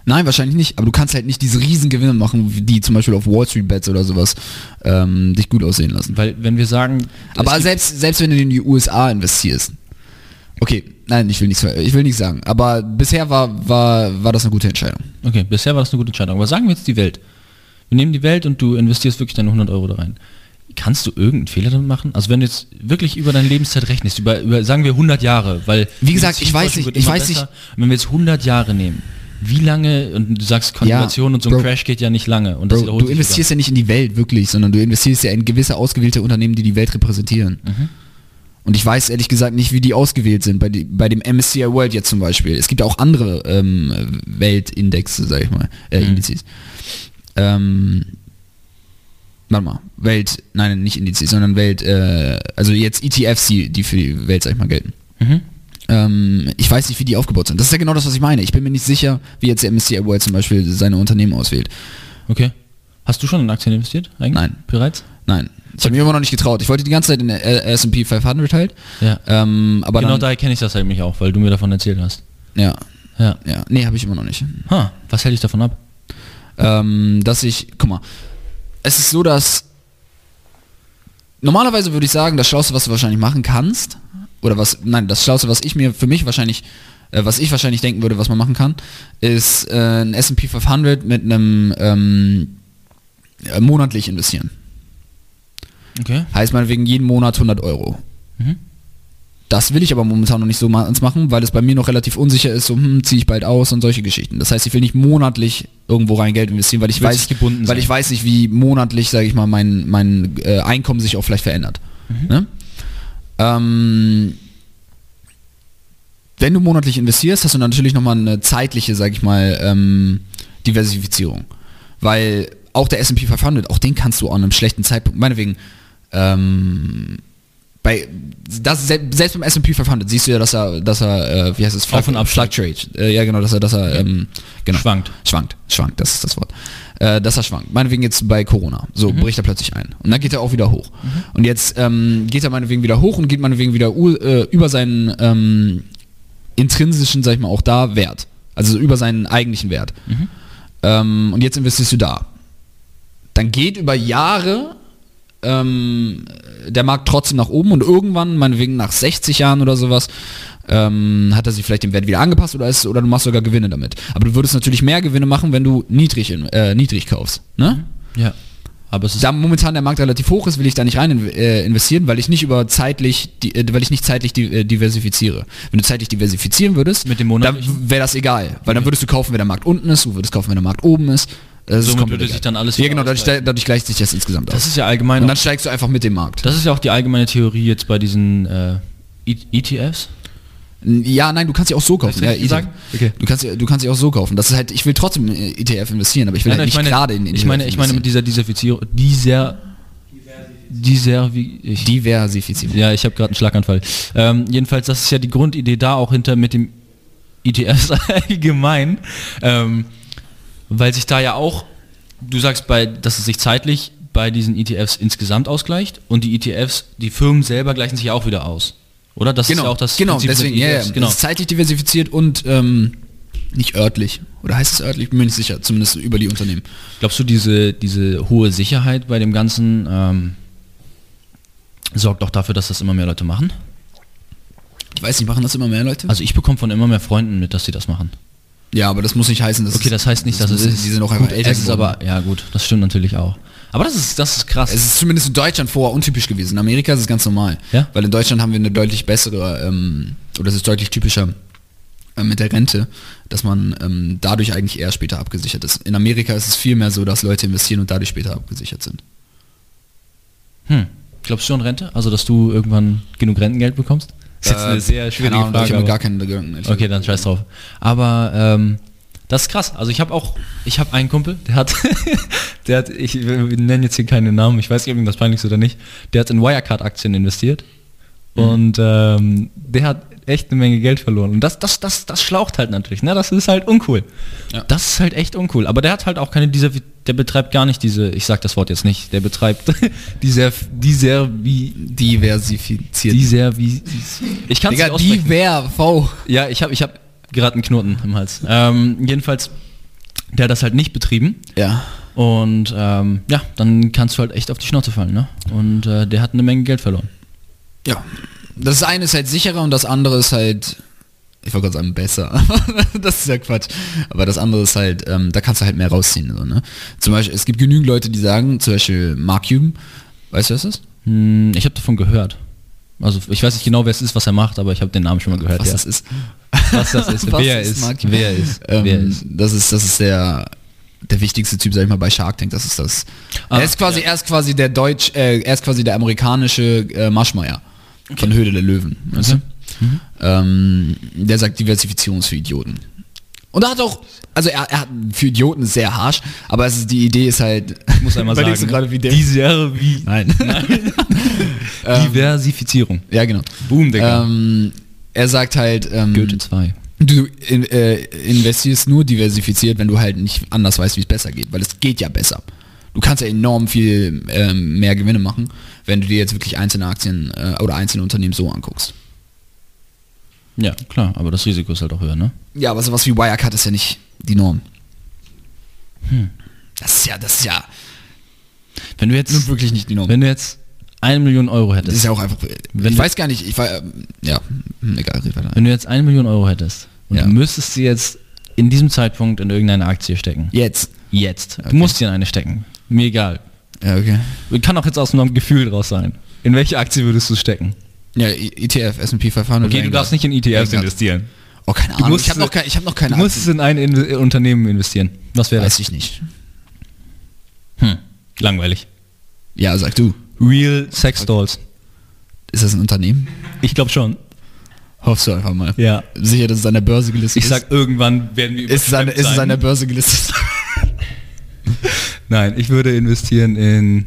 Nein, wahrscheinlich nicht, aber du kannst halt nicht diese riesen Gewinne machen, wie die zum Beispiel auf Wall Street Bets oder sowas dich gut aussehen lassen. Weil wenn wir sagen... Aber selbst wenn du in die USA investierst, okay, nein, ich will nichts sagen, aber bisher war das eine gute Entscheidung. Okay, bisher war das eine gute Entscheidung, aber sagen wir jetzt die Welt. Wir nehmen die Welt und du investierst wirklich deine 100 Euro da rein. Kannst du irgendeinen Fehler damit machen? Also wenn du jetzt wirklich über deine Lebenszeit rechnest, über sagen wir 100 Jahre, weil... Wie gesagt, ich weiß nicht. Wenn wir jetzt 100 Jahre nehmen, wie lange, und du sagst Konversion und so ein Crash geht ja nicht lange. Und das du investierst ja nicht in die Welt wirklich, sondern du investierst ja in gewisse ausgewählte Unternehmen, die die Welt repräsentieren. Und ich weiß ehrlich gesagt nicht, wie die ausgewählt sind, bei dem MSCI World jetzt zum Beispiel. Es gibt auch andere Weltindexe, sag ich mal, Indizes. Warte mal, nicht Indizes, sondern also jetzt ETFs, die für die Welt, sag ich mal, gelten. Ich weiß nicht, wie die aufgebaut sind. Das ist ja genau das, was ich meine. Ich bin mir nicht sicher, wie jetzt der MSCI World zum Beispiel seine Unternehmen auswählt. Okay. Hast du schon in Aktien investiert eigentlich? Nein. Bereits? Nein. Ich habe mir immer noch nicht getraut. Ich wollte die ganze Zeit in der S&P 500 halt. Ja. Aber genau daher kenne ich das halt mich auch, weil du mir davon erzählt hast. Ja. Nee, habe ich immer noch nicht. Was hält dich davon ab? Guck mal, es ist so, dass normalerweise würde ich sagen, das Schlauste, was du wahrscheinlich machen kannst, das Schlauste, was ich wahrscheinlich denken würde, was man machen kann, ist ein S&P 500 mit einem monatlich investieren. Okay. Heißt meinetwegen jeden Monat 100 Euro. Das will ich aber momentan noch nicht so machen, weil es bei mir noch relativ unsicher ist, so ziehe ich bald aus und solche Geschichten. Das heißt, ich will nicht monatlich irgendwo rein Geld investieren, weil ich weiß nicht, wie monatlich, sage ich mal, mein Einkommen sich auch vielleicht verändert. Ne? Wenn du monatlich investierst, hast du natürlich nochmal eine zeitliche, sage ich mal, Diversifizierung. Weil auch der S&P 500, auch den kannst du an einem schlechten Zeitpunkt, meinetwegen, selbst beim S&P 500 siehst du ja, dass er wie heißt es, auf und ab fluctuate. Ja, genau, dass er genau, schwankt, das ist das Wort. Dass er schwankt. Meinetwegen jetzt bei Corona. So bricht er plötzlich ein. Und dann geht er auch wieder hoch. Und jetzt geht er meinetwegen wieder hoch und geht meinetwegen wieder über seinen intrinsischen, sag ich mal, auch da Wert. Also über seinen eigentlichen Wert. Und jetzt investierst du da. Dann geht über Jahre der Markt trotzdem nach oben und irgendwann, meinetwegen nach 60 Jahren oder sowas, hat er sich vielleicht dem Wert wieder angepasst oder du machst sogar Gewinne damit. Aber du würdest natürlich mehr Gewinne machen, wenn du niedrig kaufst. Ne? Ja. Aber es ist da momentan der Markt relativ hoch ist, will ich da nicht rein investieren, weil ich nicht zeitlich diversifiziere. Wenn du zeitlich diversifizieren würdest, mit dem dann wäre das egal, weil dann würdest du kaufen, wenn der Markt unten ist, du würdest kaufen, wenn der Markt oben ist. Somit würde sich dann alles... Ja, genau, dadurch gleicht sich das insgesamt aus. Das ist ja allgemein... Und dann steigst du einfach mit dem Markt. Das ist ja auch die allgemeine Theorie jetzt bei diesen ETFs. Ja, nein, du kannst sie auch so kaufen. Ja, sagen? Okay. Du kannst sie auch so kaufen. Das ist halt, ich will trotzdem in ETF investieren, aber ich will nicht gerade in ETF investieren. Ich meine mit dieser Diversifizierung, Diversifizierung. Ja, ich habe gerade einen Schlaganfall. Jedenfalls, das ist ja die Grundidee da auch hinter mit dem ETFs allgemein. Weil sich da ja auch, du sagst, dass es sich zeitlich bei diesen ETFs insgesamt ausgleicht und die ETFs, die Firmen selber gleichen sich ja auch wieder aus. Oder? Das ist ja auch das Prinzip deswegen, ETFs. Genau. Das ist zeitlich diversifiziert und nicht örtlich. Oder heißt es örtlich? Bin mir nicht sicher, zumindest über die Unternehmen. Glaubst du, diese hohe Sicherheit bei dem Ganzen sorgt auch dafür, dass das immer mehr Leute machen? Ich weiß nicht, machen das immer mehr Leute? Also ich bekomme von immer mehr Freunden mit, dass sie das machen. Ja, aber das muss nicht heißen, dass das heißt nicht, dass es ist. Die sind auch einfach älter geworden. Aber ja gut, das stimmt natürlich auch. Aber das ist krass. Es ist zumindest in Deutschland vorher untypisch gewesen. In Amerika ist es ganz normal. Ja? Weil in Deutschland haben wir eine deutlich bessere, oder es ist deutlich typischer mit der Rente, dass man dadurch eigentlich eher später abgesichert ist. In Amerika ist es viel mehr so, dass Leute investieren und dadurch später abgesichert sind. Glaubst du an Rente? Also, dass du irgendwann genug Rentengeld bekommst? Das ist jetzt eine sehr schwierige Frage. Ich habe gar keinen Gedanken. Okay, dann scheiß drauf. Aber das ist krass. Also ich habe einen Kumpel, der hat, ich nenne jetzt hier keine Namen, ich weiß nicht, ob ihm das peinlich ist oder nicht, der hat in Wirecard-Aktien investiert und der hat echt eine Menge Geld verloren. Und das schlaucht halt natürlich, ne? Das ist halt uncool. Ja. Das ist halt echt uncool. Aber der hat halt auch der betreibt gar nicht diese, ich sag das Wort jetzt nicht, der betreibt diversifiziert. Ich kann es nicht aussprechen. V. Ja, ich hab gerade einen Knoten im Hals. Jedenfalls, Der hat das halt nicht betrieben. Ja. Und ja, dann kannst du halt echt auf die Schnauze fallen, ne? Und der hat eine Menge Geld verloren. Ja. Das eine ist halt sicherer und das andere ist halt, ich wollte gerade sagen, besser. Das ist ja Quatsch. Aber das andere ist halt, da kannst du halt mehr rausziehen. So, ne? Zum Beispiel, es gibt genügend Leute, die sagen, zum Beispiel Mark Cuban, weißt du, was das ist? Ich habe davon gehört. Also ich weiß nicht genau, wer es ist, was er macht, aber ich habe den Namen schon mal gehört. Was das ist? Was das ist, wer er ist. Wer ist. Das ist der wichtigste Typ, sag ich mal, bei Shark Tank. Das ist das. Er ist quasi der amerikanische Maschmeyer von Höhle der Löwen. Weißt du? Der sagt Diversifizierung ist für Idioten. Und er hat auch, also er hat für Idioten ist sehr harsch, aber die Idee ist halt, ich muss einmal sagen, gerade wie der. Nein. Diversifizierung. Ja, genau. Boom, Digga. Er sagt halt, Goethe 2. du investierst nur diversifiziert, wenn du halt nicht anders weißt, wie es besser geht, weil es geht ja besser. Du kannst ja enorm viel mehr Gewinne machen, wenn du dir jetzt wirklich einzelne Aktien oder einzelne Unternehmen so anguckst. Ja, klar, aber das Risiko ist halt auch höher, ne? Ja, aber sowas wie Wirecard ist ja nicht die Norm. Das ist ja wenn du jetzt nun wirklich nicht die Norm. Wenn du jetzt 1 Million Euro hättest. Das ist ja auch einfach, ich weiß gar nicht, egal, red weiter. Wenn du jetzt 1 Million Euro hättest und du müsstest sie jetzt in diesem Zeitpunkt in irgendeine Aktie stecken. Jetzt. Okay. Du musst sie in eine stecken. Mir egal. Ja, okay. Kann auch jetzt aus einem Gefühl draus sein. In welche Aktie würdest du stecken? Ja, ETF, S&P 500. Okay, du darfst nicht in ETFs investieren. Oh, keine Ahnung. Ich habe noch keine Du musst es in ein Unternehmen investieren. Was wäre das? Weiß ich nicht. Langweilig. Ja, sag du. Real Sex Dolls. Ist das ein Unternehmen? Ich glaube schon. Hoffst du einfach mal. Ja. Sicher, dass es an der Börse gelistet ist? Ich sag, irgendwann werden wir ist es an der Börse gelistet? Nein, ich würde investieren in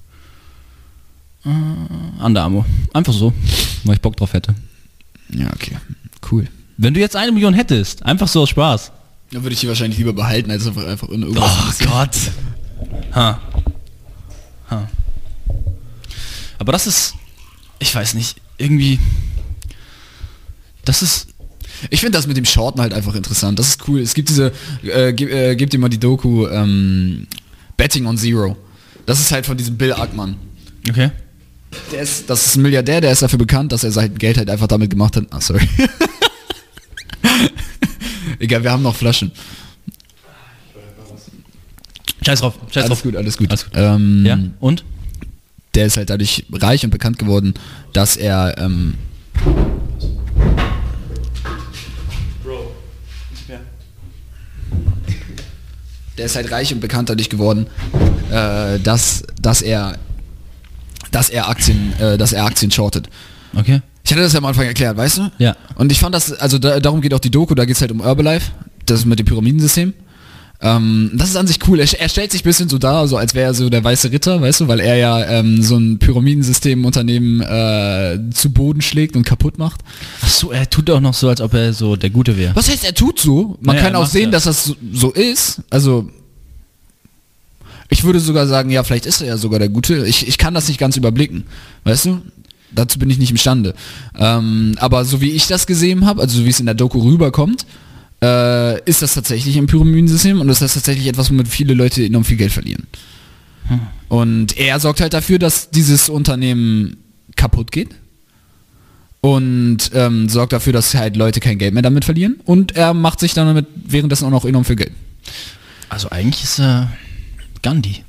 Under Armour. Einfach so, weil ich Bock drauf hätte. Ja, okay. Cool. Wenn du jetzt 1 Million hättest, einfach so aus Spaß. Dann würde ich die wahrscheinlich lieber behalten, als einfach in irgendwas. Oh Gott. Aber das ist, ich weiß nicht, irgendwie, das ist... Ich finde das mit dem Shorten halt einfach interessant. Das ist cool. Es gibt diese, gebt dir mal die Doku Betting on Zero. Das ist halt von diesem Bill Ackman. Okay. Das ist ein Milliardär, der ist dafür bekannt, dass er sein Geld halt einfach damit gemacht hat. Ah, sorry. Egal, wir haben noch Flaschen. Scheiß drauf. Alles gut. Alles gut. Ja, und? Der ist halt dadurch reich und bekannt geworden, dass er der ist halt reich und bekannt dadurch geworden, dass er Aktien shortet. Okay. Ich hatte das ja am Anfang erklärt, weißt du? Ja. Und ich fand das, also darum geht auch die Doku, da geht es halt um Herbalife, das mit dem Pyramidensystem. Das ist an sich cool. Er stellt sich ein bisschen so dar, so als wäre er so der weiße Ritter, weißt du, weil er ja so ein Pyramidensystem-Unternehmen zu Boden schlägt und kaputt macht. Ach so, er tut auch noch so, als ob er so der Gute wäre. Was heißt, er tut so? Man kann auch sehen, dass das so ist. Also, ich würde sogar sagen, ja, vielleicht ist er ja sogar der Gute. Ich kann das nicht ganz überblicken, weißt du? Dazu bin ich nicht imstande. Aber so wie ich das gesehen habe, also so wie es in der Doku rüberkommt, ist das tatsächlich ein Pyramidensystem und ist das tatsächlich etwas, womit viele Leute enorm viel Geld verlieren. Und er sorgt halt dafür, dass dieses Unternehmen kaputt geht und sorgt dafür, dass halt Leute kein Geld mehr damit verlieren und er macht sich dann damit währenddessen auch noch enorm viel Geld. Also eigentlich ist er Gandhi.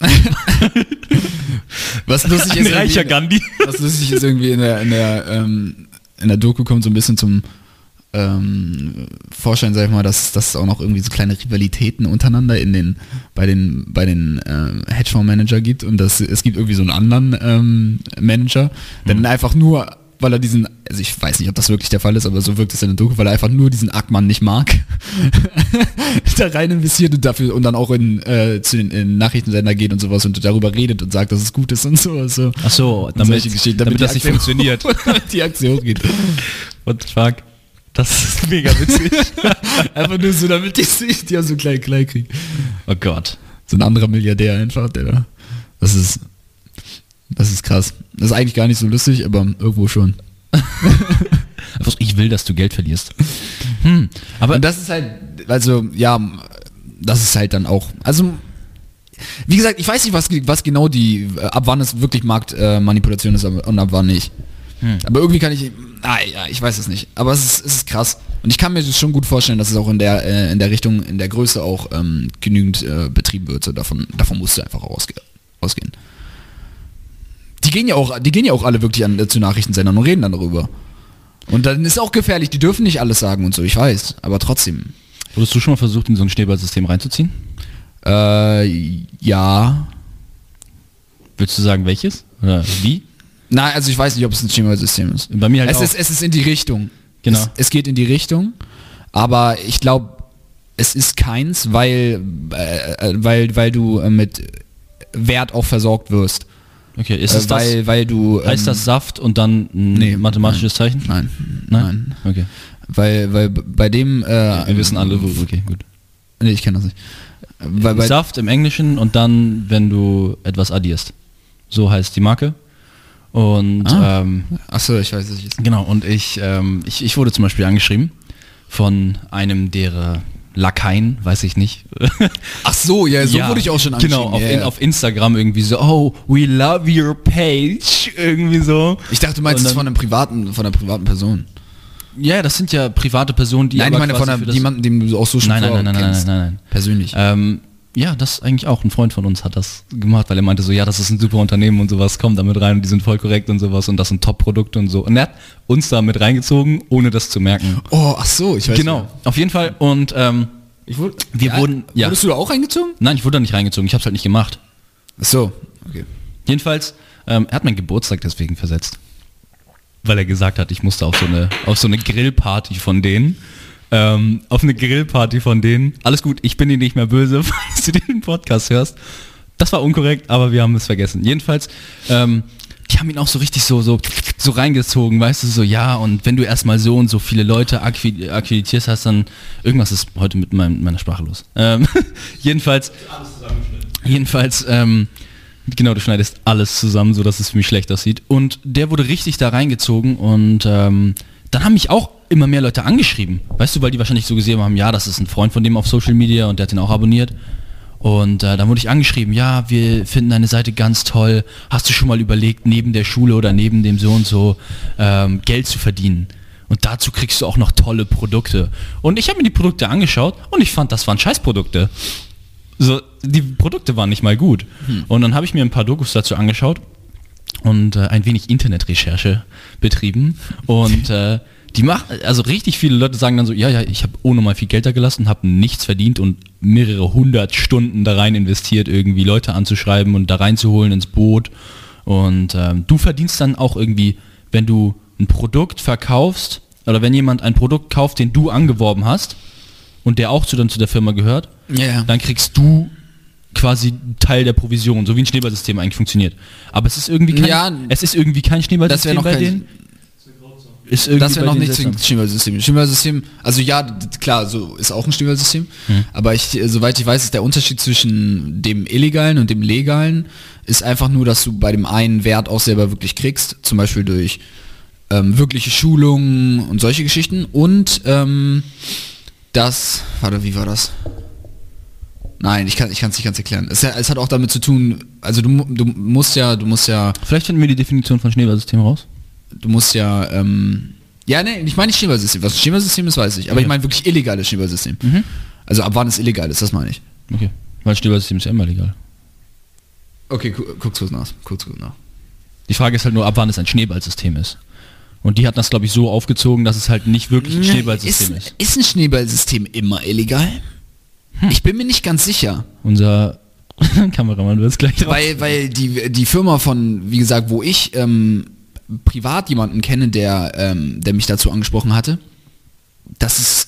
Was lustig ist, reicher Gandhi. Was lustig ist irgendwie in der Doku kommt so ein bisschen zum Vorschein, sag ich mal, dass es auch noch irgendwie so kleine Rivalitäten untereinander bei den Hedgefonds-Manager gibt und es gibt irgendwie so einen anderen Manager, der dann einfach nur, weil er also ich weiß nicht, ob das wirklich der Fall ist, aber so wirkt es in der Doku, weil er einfach nur diesen Ackmann nicht mag, da rein investiert und dann auch zu den Nachrichtensender geht und sowas und darüber redet und sagt, dass es gut ist und so. Also, ach so, damit das nicht funktioniert. Damit die Aktion geht. What the fuck? Das ist mega witzig. Einfach nur so, damit die ja so klein kriegen. Oh Gott. So ein anderer Milliardär einfach, der da. Das ist krass. Das ist eigentlich gar nicht so lustig, aber irgendwo schon. Ich will, dass du Geld verlierst. Aber und das ist halt, also, ja, das ist halt dann auch, also wie gesagt, ich weiß nicht, was genau ab wann es wirklich Marktmanipulation ist und ab wann nicht. Aber irgendwie kann ich weiß es nicht. Aber es ist krass. Und ich kann mir das schon gut vorstellen, dass es auch in der Richtung, in der Größe auch genügend betrieben wird. So davon musst du einfach auch ausgehen. Die gehen ja auch alle wirklich zu Nachrichtensendern und reden dann darüber. Und dann ist auch gefährlich, die dürfen nicht alles sagen und so, ich weiß, aber trotzdem. Wurdest du schon mal versucht, in so ein Schneeballsystem reinzuziehen? Ja. Willst du sagen, welches? Oder wie? Nein, also ich weiß nicht, ob es ein Schneeballsystem ist. Bei mir halt auch. Es ist in die Richtung. Genau. Es geht in die Richtung, aber ich glaube, es ist keins, weil du mit Wert auch versorgt wirst. Okay, ist es weil du... heißt das Saft und dann ein mathematisches Zeichen? Nein. Okay. Weil bei dem... wir wissen alle, okay, gut. Nee, ich kenne das nicht. Saft im Englischen und dann, wenn du etwas addierst. So heißt die Marke. Und achso, ich weiß es nicht. Genau, und ich wurde zum Beispiel angeschrieben von einem der Lakaien, weiß ich nicht. Ach so, ja, so wurde ich auch schon angeschrieben. Genau, auf Instagram irgendwie so, oh, we love your page, irgendwie so. Ich dachte, du meinst es von einer privaten Person. Ja, das sind ja private Personen, die... Nein, ich meine von jemandem, dem du auch so schon nein. Persönlich. Ja, das eigentlich auch. Ein Freund von uns hat das gemacht, weil er meinte so, ja, das ist ein super Unternehmen und sowas, kommt damit rein und die sind voll korrekt und sowas und das sind Top-Produkte und so. Und er hat uns da mit reingezogen, ohne das zu merken. Oh, ach so, ich weiß Genau, nicht. Auf jeden Fall. Und Wurdest du da auch reingezogen? Nein, ich wurde da nicht reingezogen, ich hab's halt nicht gemacht. Ach so, okay. Jedenfalls, er hat meinen Geburtstag deswegen versetzt. Weil er gesagt hat, ich musste auf so eine Grillparty von denen. Alles gut, ich bin dir nicht mehr böse, falls du den Podcast hörst. Das war unkorrekt, aber wir haben es vergessen. Jedenfalls, die haben ihn auch so richtig so reingezogen, weißt du, so, ja, und wenn du erstmal so und so viele Leute akkreditierst hast, dann irgendwas ist heute mit meiner Sprache los. Jedenfalls, genau, du schneidest alles zusammen, sodass es für mich schlecht aussieht. Und der wurde richtig da reingezogen und dann haben mich auch immer mehr Leute angeschrieben. Weißt du, weil die wahrscheinlich so gesehen haben, ja, das ist ein Freund von dem auf Social Media und der hat ihn auch abonniert. Und dann wurde ich angeschrieben, ja, wir finden deine Seite ganz toll. Hast du schon mal überlegt, neben der Schule oder neben dem so und so Geld zu verdienen? Und dazu kriegst du auch noch tolle Produkte. Und ich habe mir die Produkte angeschaut und ich fand, das waren Scheißprodukte. So, die Produkte waren nicht mal gut. Und dann habe ich mir ein paar Dokus dazu angeschaut und ein wenig Internetrecherche betrieben. Und die machen, also richtig viele Leute sagen dann so, ja, ich habe ohne mal viel Geld da gelassen, habe nichts verdient und mehrere 100 Stunden da rein investiert, irgendwie Leute anzuschreiben und da reinzuholen ins Boot. Und du verdienst dann auch irgendwie, wenn du ein Produkt verkaufst oder wenn jemand ein Produkt kauft, den du angeworben hast und der auch zu der Firma gehört, dann kriegst du quasi einen Teil der Provision, so wie ein Schneeballsystem eigentlich funktioniert. Aber es ist irgendwie kein Schneeballsystem bei denen. Das wäre noch nicht ein Schneeballsystem. Schneeballsystem, also ja, klar, so ist auch ein Schneeballsystem, aber soweit ich weiß, ist der Unterschied zwischen dem Illegalen und dem Legalen ist einfach nur, dass du bei dem einen Wert auch selber wirklich kriegst, zum Beispiel durch wirkliche Schulungen und solche Geschichten und wie war das? Nein, ich kann es nicht ganz erklären. Es hat auch damit zu tun, also du musst ja... Vielleicht finden wir die Definition von Schneeballsystem raus. Du musst ja, ich meine nicht Schneeballsystem. Was ein Schneeballsystem ist, weiß ich. Aber ich meine wirklich illegales Schneeballsystem. Also ab wann es illegal ist, das meine ich. Okay, weil Schneeballsystem ist ja immer legal. Okay, guck's kurz nach. Die Frage ist halt nur, ab wann es ein Schneeballsystem ist. Und die hatten das, glaube ich, so aufgezogen, dass es halt nicht wirklich ein Schneeballsystem ist. Ist ein Schneeballsystem immer illegal? Ich bin mir nicht ganz sicher. Unser Kameramann wird es gleich raus. Weil die Firma von, wie gesagt, wo ich privat jemanden kenne, der mich dazu angesprochen hatte, das ist,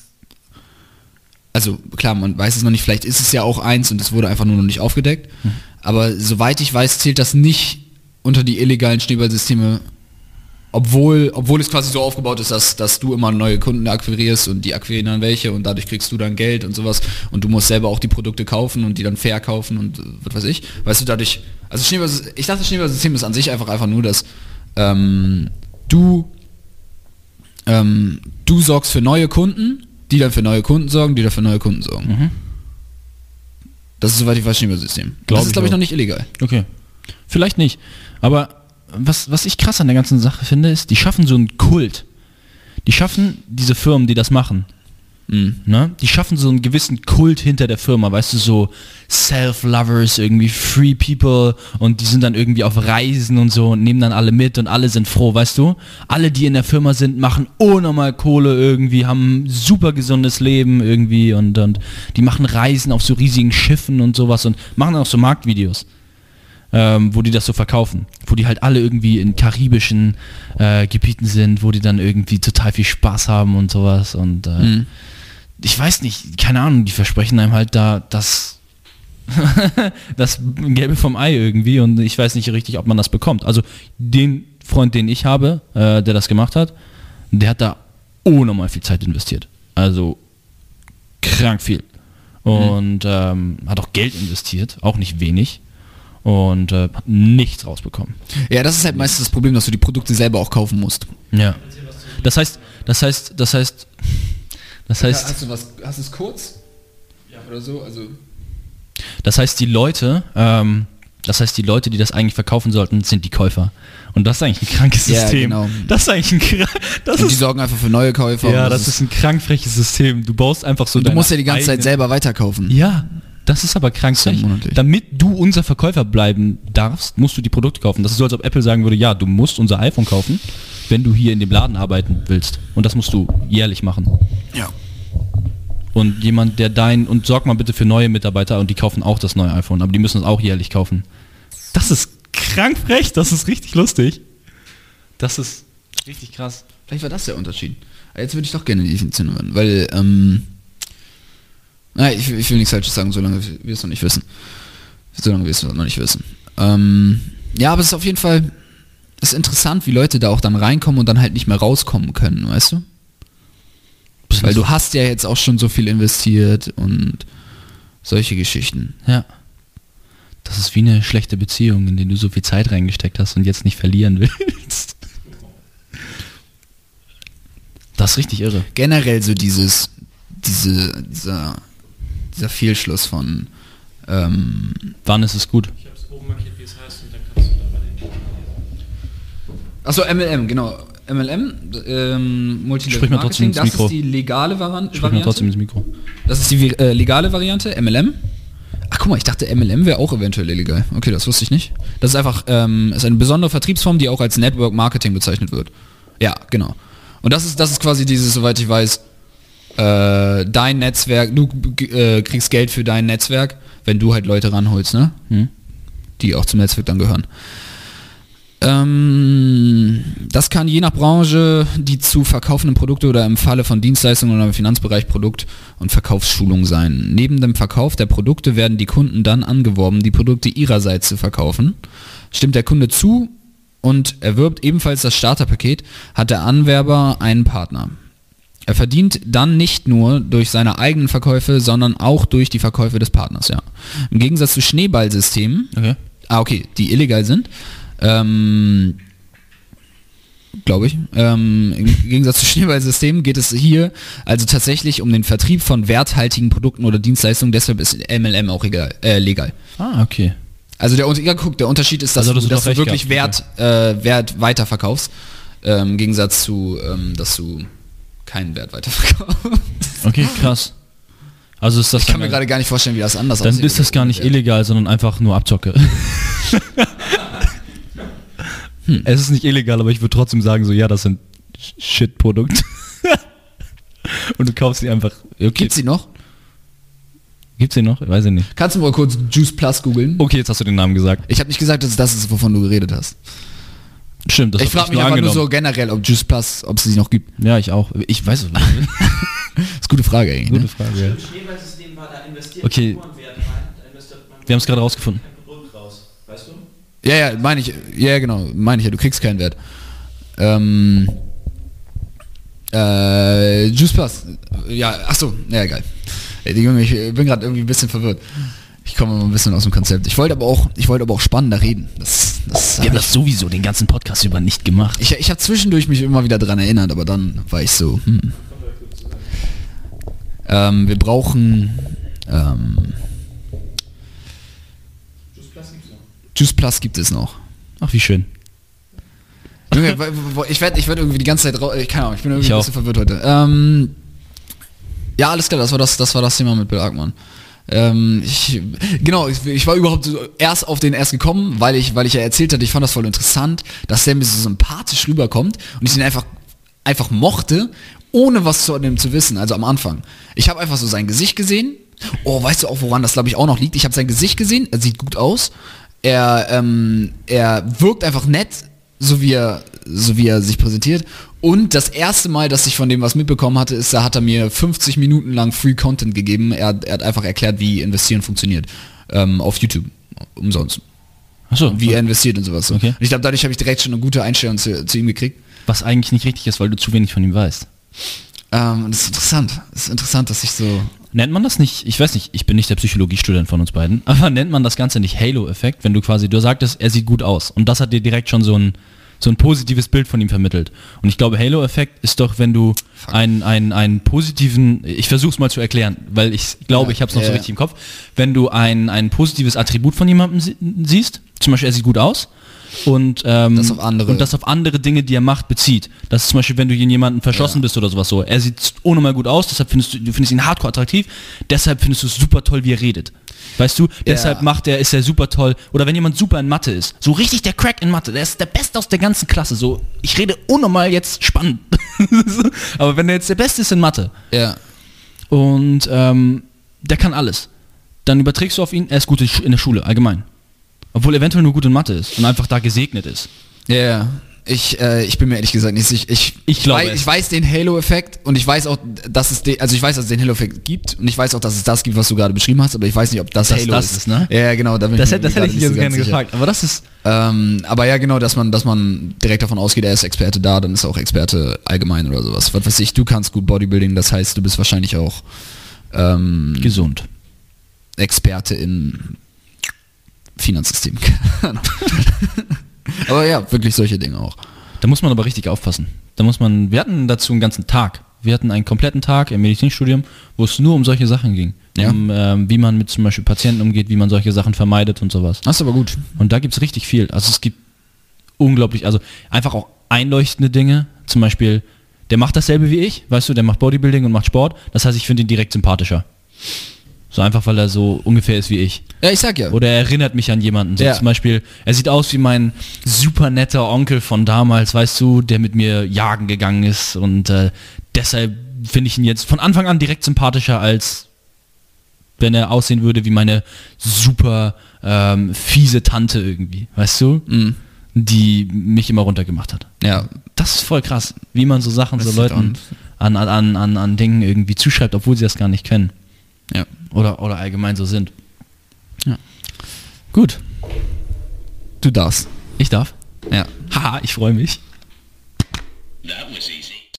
also klar, man weiß es noch nicht, vielleicht ist es ja auch eins und es wurde einfach nur noch nicht aufgedeckt, aber soweit ich weiß, zählt das nicht unter die illegalen Schneeballsysteme, obwohl es quasi so aufgebaut ist, dass du immer neue Kunden akquirierst und die akquirieren dann welche und dadurch kriegst du dann Geld und sowas und du musst selber auch die Produkte kaufen und die dann verkaufen und was weiß ich. Weißt du, dadurch, also ich dachte, das Schneeballsystem ist an sich einfach nur, dass du sorgst für neue Kunden, die dann für neue Kunden sorgen, die dann für neue Kunden sorgen. Das ist, soweit ich weiß, Schneeballsystem. Glaub Das ist, ich glaube ich, auch. noch nicht illegal. Okay. Vielleicht nicht. Aber was ich krass an der ganzen Sache finde, ist, die schaffen so einen Kult. Die schaffen diese Firmen, die das machen. Ne? Die schaffen so einen gewissen Kult hinter der Firma, weißt du, so Self-Lovers, irgendwie Free People und die sind dann irgendwie auf Reisen und so und nehmen dann alle mit und alle sind froh, weißt du? Alle, die in der Firma sind, machen unnormal Kohle irgendwie, haben ein super gesundes Leben irgendwie und die machen Reisen auf so riesigen Schiffen und sowas und machen auch so Marktvideos, wo die das so verkaufen, wo die halt alle irgendwie in karibischen Gebieten sind, wo die dann irgendwie total viel Spaß haben und sowas und ich weiß nicht, keine Ahnung, die versprechen einem halt da das Gelbe vom Ei irgendwie und ich weiß nicht richtig, ob man das bekommt. Also den Freund, den ich habe, der das gemacht hat, der hat da unnormal viel Zeit investiert. Also krank viel. Und hat auch Geld investiert, auch nicht wenig. Und hat nichts rausbekommen. Ja, das ist halt meistens das Problem, dass du die Produkte selber auch kaufen musst. Ja. Das heißt, Hast du es kurz? Ja. Oder so? Also. Das heißt, die Leute, die das eigentlich verkaufen sollten, sind die Käufer. Und das ist eigentlich ein krankes System. Ja, genau. Das ist eigentlich und die sorgen einfach für neue Käufer. Ja, das ist ein krank freches System. Du baust einfach so. Und du musst ja die ganze Zeit selber weiterkaufen. Ja, das ist aber krank frech. Damit du unser Verkäufer bleiben darfst, musst du die Produkte kaufen. Das ist so, als ob Apple sagen würde, ja, du musst unser iPhone kaufen, wenn du hier in dem Laden arbeiten willst. Und das musst du jährlich machen. Ja. Und jemand, und sorg mal bitte für neue Mitarbeiter und die kaufen auch das neue iPhone, aber die müssen es auch jährlich kaufen. Das ist krank frech, das ist richtig lustig. Das ist richtig krass. Vielleicht war das der Unterschied. Jetzt würde ich doch gerne die Definition hören, weil, ich will nichts Falsches sagen, solange wir es noch nicht wissen. Ja, aber es ist auf jeden Fall, es ist interessant, wie Leute da auch dann reinkommen und dann halt nicht mehr rauskommen können, weißt du? Weil du hast ja jetzt auch schon so viel investiert und solche Geschichten. Ja. Das ist wie eine schlechte Beziehung, in die du so viel Zeit reingesteckt hast und jetzt nicht verlieren willst. Das ist richtig irre. Generell so dieser Fehlschluss von wann ist es gut? Ich habe es oben markiert, wie es heißt, und dann kannst du da bei den... Achso, MLM, genau. MLM, Sprich mal trotzdem ins Mikro. Das ist die legale Variante. Sprich mal trotzdem ins Mikro. Das ist die legale Variante, MLM. Ach guck mal, ich dachte MLM wäre auch eventuell illegal. Okay, das wusste ich nicht. Das ist einfach ist eine besondere Vertriebsform, die auch als Network Marketing bezeichnet wird. Ja, genau. Und das ist quasi dieses, soweit ich weiß, dein Netzwerk, du kriegst Geld für dein Netzwerk, wenn du halt Leute ranholst, ne? Die auch zum Netzwerk dann gehören. Das kann je nach Branche die zu verkaufenden Produkte oder im Falle von Dienstleistungen oder im Finanzbereich Produkt- und Verkaufsschulung sein. Neben dem Verkauf der Produkte werden die Kunden dann angeworben, die Produkte ihrerseits zu verkaufen. Stimmt der Kunde zu und erwirbt ebenfalls das Starterpaket, hat der Anwerber einen Partner. Er verdient dann nicht nur durch seine eigenen Verkäufe, sondern auch durch die Verkäufe des Partners, ja. Im Gegensatz zu Schneeballsystemen, die illegal sind, glaube ich. Im Gegensatz zu Schneeballsystemen geht es hier also tatsächlich um den Vertrieb von werthaltigen Produkten oder Dienstleistungen, deshalb ist MLM auch legal. Ah, okay. Also der Unterschied ist, dass du wirklich Wert weiterverkaufst, im Gegensatz zu, dass du keinen Wert weiterverkaufst. Okay, krass. Also ist das ich kann mir gerade gar nicht vorstellen, wie das anders aussieht. Dann ist das gar nicht illegal, sondern einfach nur Abzocke. Es ist nicht illegal, aber ich würde trotzdem sagen, so ja, das sind Shit-Produkte. Und du kaufst sie einfach. Okay. Gibt's sie noch? Gibt's sie noch? Weiß ich nicht. Kannst du mal kurz Juice Plus googeln? Okay, jetzt hast du den Namen gesagt. Ich habe nicht gesagt, dass es das ist, wovon du geredet hast. Stimmt, das ich frage mich aber nur so generell, ob Juice Plus, ob es sie noch gibt. Ja, ich auch. Ich weiß es nicht. Das ist eine gute Frage eigentlich. Gute Frage, ja. Schneeballsystem war da investiert. Okay. Wir haben es gerade rausgefunden. Weißt du? Ja, meine ich. Ja, genau. Meine ich ja. Du kriegst keinen Wert. Juice Plus. Ja, achso. Ja, egal. Junge, ich bin gerade irgendwie ein bisschen verwirrt. Ich komme mal ein bisschen aus dem Konzept. Ich wollte aber auch spannender reden. Wir haben das sowieso den ganzen Podcast über nicht gemacht. Ich habe zwischendurch mich immer wieder dran erinnert, aber dann war ich so, wir brauchen Juice Plus gibt es noch. Ach, wie schön. Junge, ich werd irgendwie die ganze Zeit keine Ahnung, ich bin irgendwie ein bisschen verwirrt heute. Ja, alles klar, das war das Thema mit Bill Ackmann. Ich war überhaupt erst auf den gekommen, weil ich ja erzählt hatte, ich fand das voll interessant, dass der mir so sympathisch rüberkommt und ich ihn einfach mochte, ohne was zu dem zu wissen, also am Anfang. Ich habe einfach so sein Gesicht gesehen. Oh, weißt du auch, woran das, glaube ich, auch noch liegt? Ich habe sein Gesicht gesehen, er sieht gut aus. Er wirkt einfach nett, so wie er sich präsentiert. Und das erste Mal, dass ich von dem was mitbekommen hatte, ist, da hat er mir 50 Minuten lang Free Content gegeben. Er hat einfach erklärt, wie investieren funktioniert. Auf YouTube. Umsonst. Achso. Wie er investiert und sowas. Okay. Und ich glaube, dadurch habe ich direkt schon eine gute Einstellung zu ihm gekriegt. Was eigentlich nicht richtig ist, weil du zu wenig von ihm weißt. Das ist interessant. Es ist interessant, dass ich so... Nennt man das nicht, ich weiß nicht, ich bin nicht der Psychologiestudent von uns beiden, aber nennt man das Ganze nicht Halo-Effekt, wenn du sagtest, er sieht gut aus und das hat dir direkt schon so ein positives Bild von ihm vermittelt. Und ich glaube, Halo-Effekt ist doch, wenn du einen positiven, ich versuch's mal zu erklären, weil ich glaube, ich habe es noch so richtig im Kopf, wenn du ein positives Attribut von jemandem siehst, zum Beispiel er sieht gut aus, und das auf andere Dinge, die er macht, bezieht. Das ist zum Beispiel, wenn du in jemanden verschossen bist oder sowas so. Er sieht ohne mal gut aus, deshalb findest ihn hardcore attraktiv, deshalb findest du es super toll, wie er redet. Weißt du, deshalb ist er super toll. Oder wenn jemand super in Mathe ist, so richtig der Crack in Mathe, der ist der Beste aus der ganzen Klasse. So, ich rede unnormal jetzt spannend. Aber wenn der jetzt der Beste ist in Mathe und der kann alles, dann überträgst du auf ihn, er ist gut in der Schule, allgemein. Obwohl eventuell nur gut in Mathe ist und einfach da gesegnet ist. Ja, ich bin mir ehrlich gesagt nicht sicher. Ich weiß den Halo-Effekt und ich weiß auch, dass es ich weiß, dass es den Halo-Effekt gibt und ich weiß auch, dass es das gibt, was du gerade beschrieben hast, aber ich weiß nicht, ob das Halo ist. Ne? Ja, genau. Das hätte ich jetzt gerne gefragt, aber das ist... aber ja, genau, dass man direkt davon ausgeht, er ist Experte da, dann ist er auch Experte allgemein oder sowas. Was weiß ich, du kannst gut Bodybuilding, das heißt, du bist wahrscheinlich auch gesund. Experte in Finanzsystem. Aber ja, wirklich solche Dinge auch. Da muss man aber richtig aufpassen. Wir hatten dazu einen ganzen Tag. Wir hatten einen kompletten Tag im Medizinstudium, wo es nur um solche Sachen ging. Ja. Wie man mit zum Beispiel Patienten umgeht, wie man solche Sachen vermeidet und sowas. Das ist aber gut. Und da gibt es richtig viel. Also es gibt unglaublich, also einfach auch einleuchtende Dinge. Zum Beispiel, der macht dasselbe wie ich, weißt du, der macht Bodybuilding und macht Sport. Das heißt, ich finde ihn direkt sympathischer. So einfach, weil er so ungefähr ist wie ich. Ja, ich sag ja. Oder er erinnert mich an jemanden. So zum Beispiel, er sieht aus wie mein super netter Onkel von damals, weißt du, der mit mir jagen gegangen ist. Und deshalb finde ich ihn jetzt von Anfang an direkt sympathischer, als wenn er aussehen würde wie meine super fiese Tante irgendwie, weißt du? Mhm. Die mich immer runtergemacht hat. Ja. Das ist voll krass, wie man so Sachen so Leuten an Dingen irgendwie zuschreibt, obwohl sie das gar nicht kennen. Ja. Oder allgemein so sind. Ja. Gut. Du darfst. Ich darf? Ja. Haha, ich freue mich.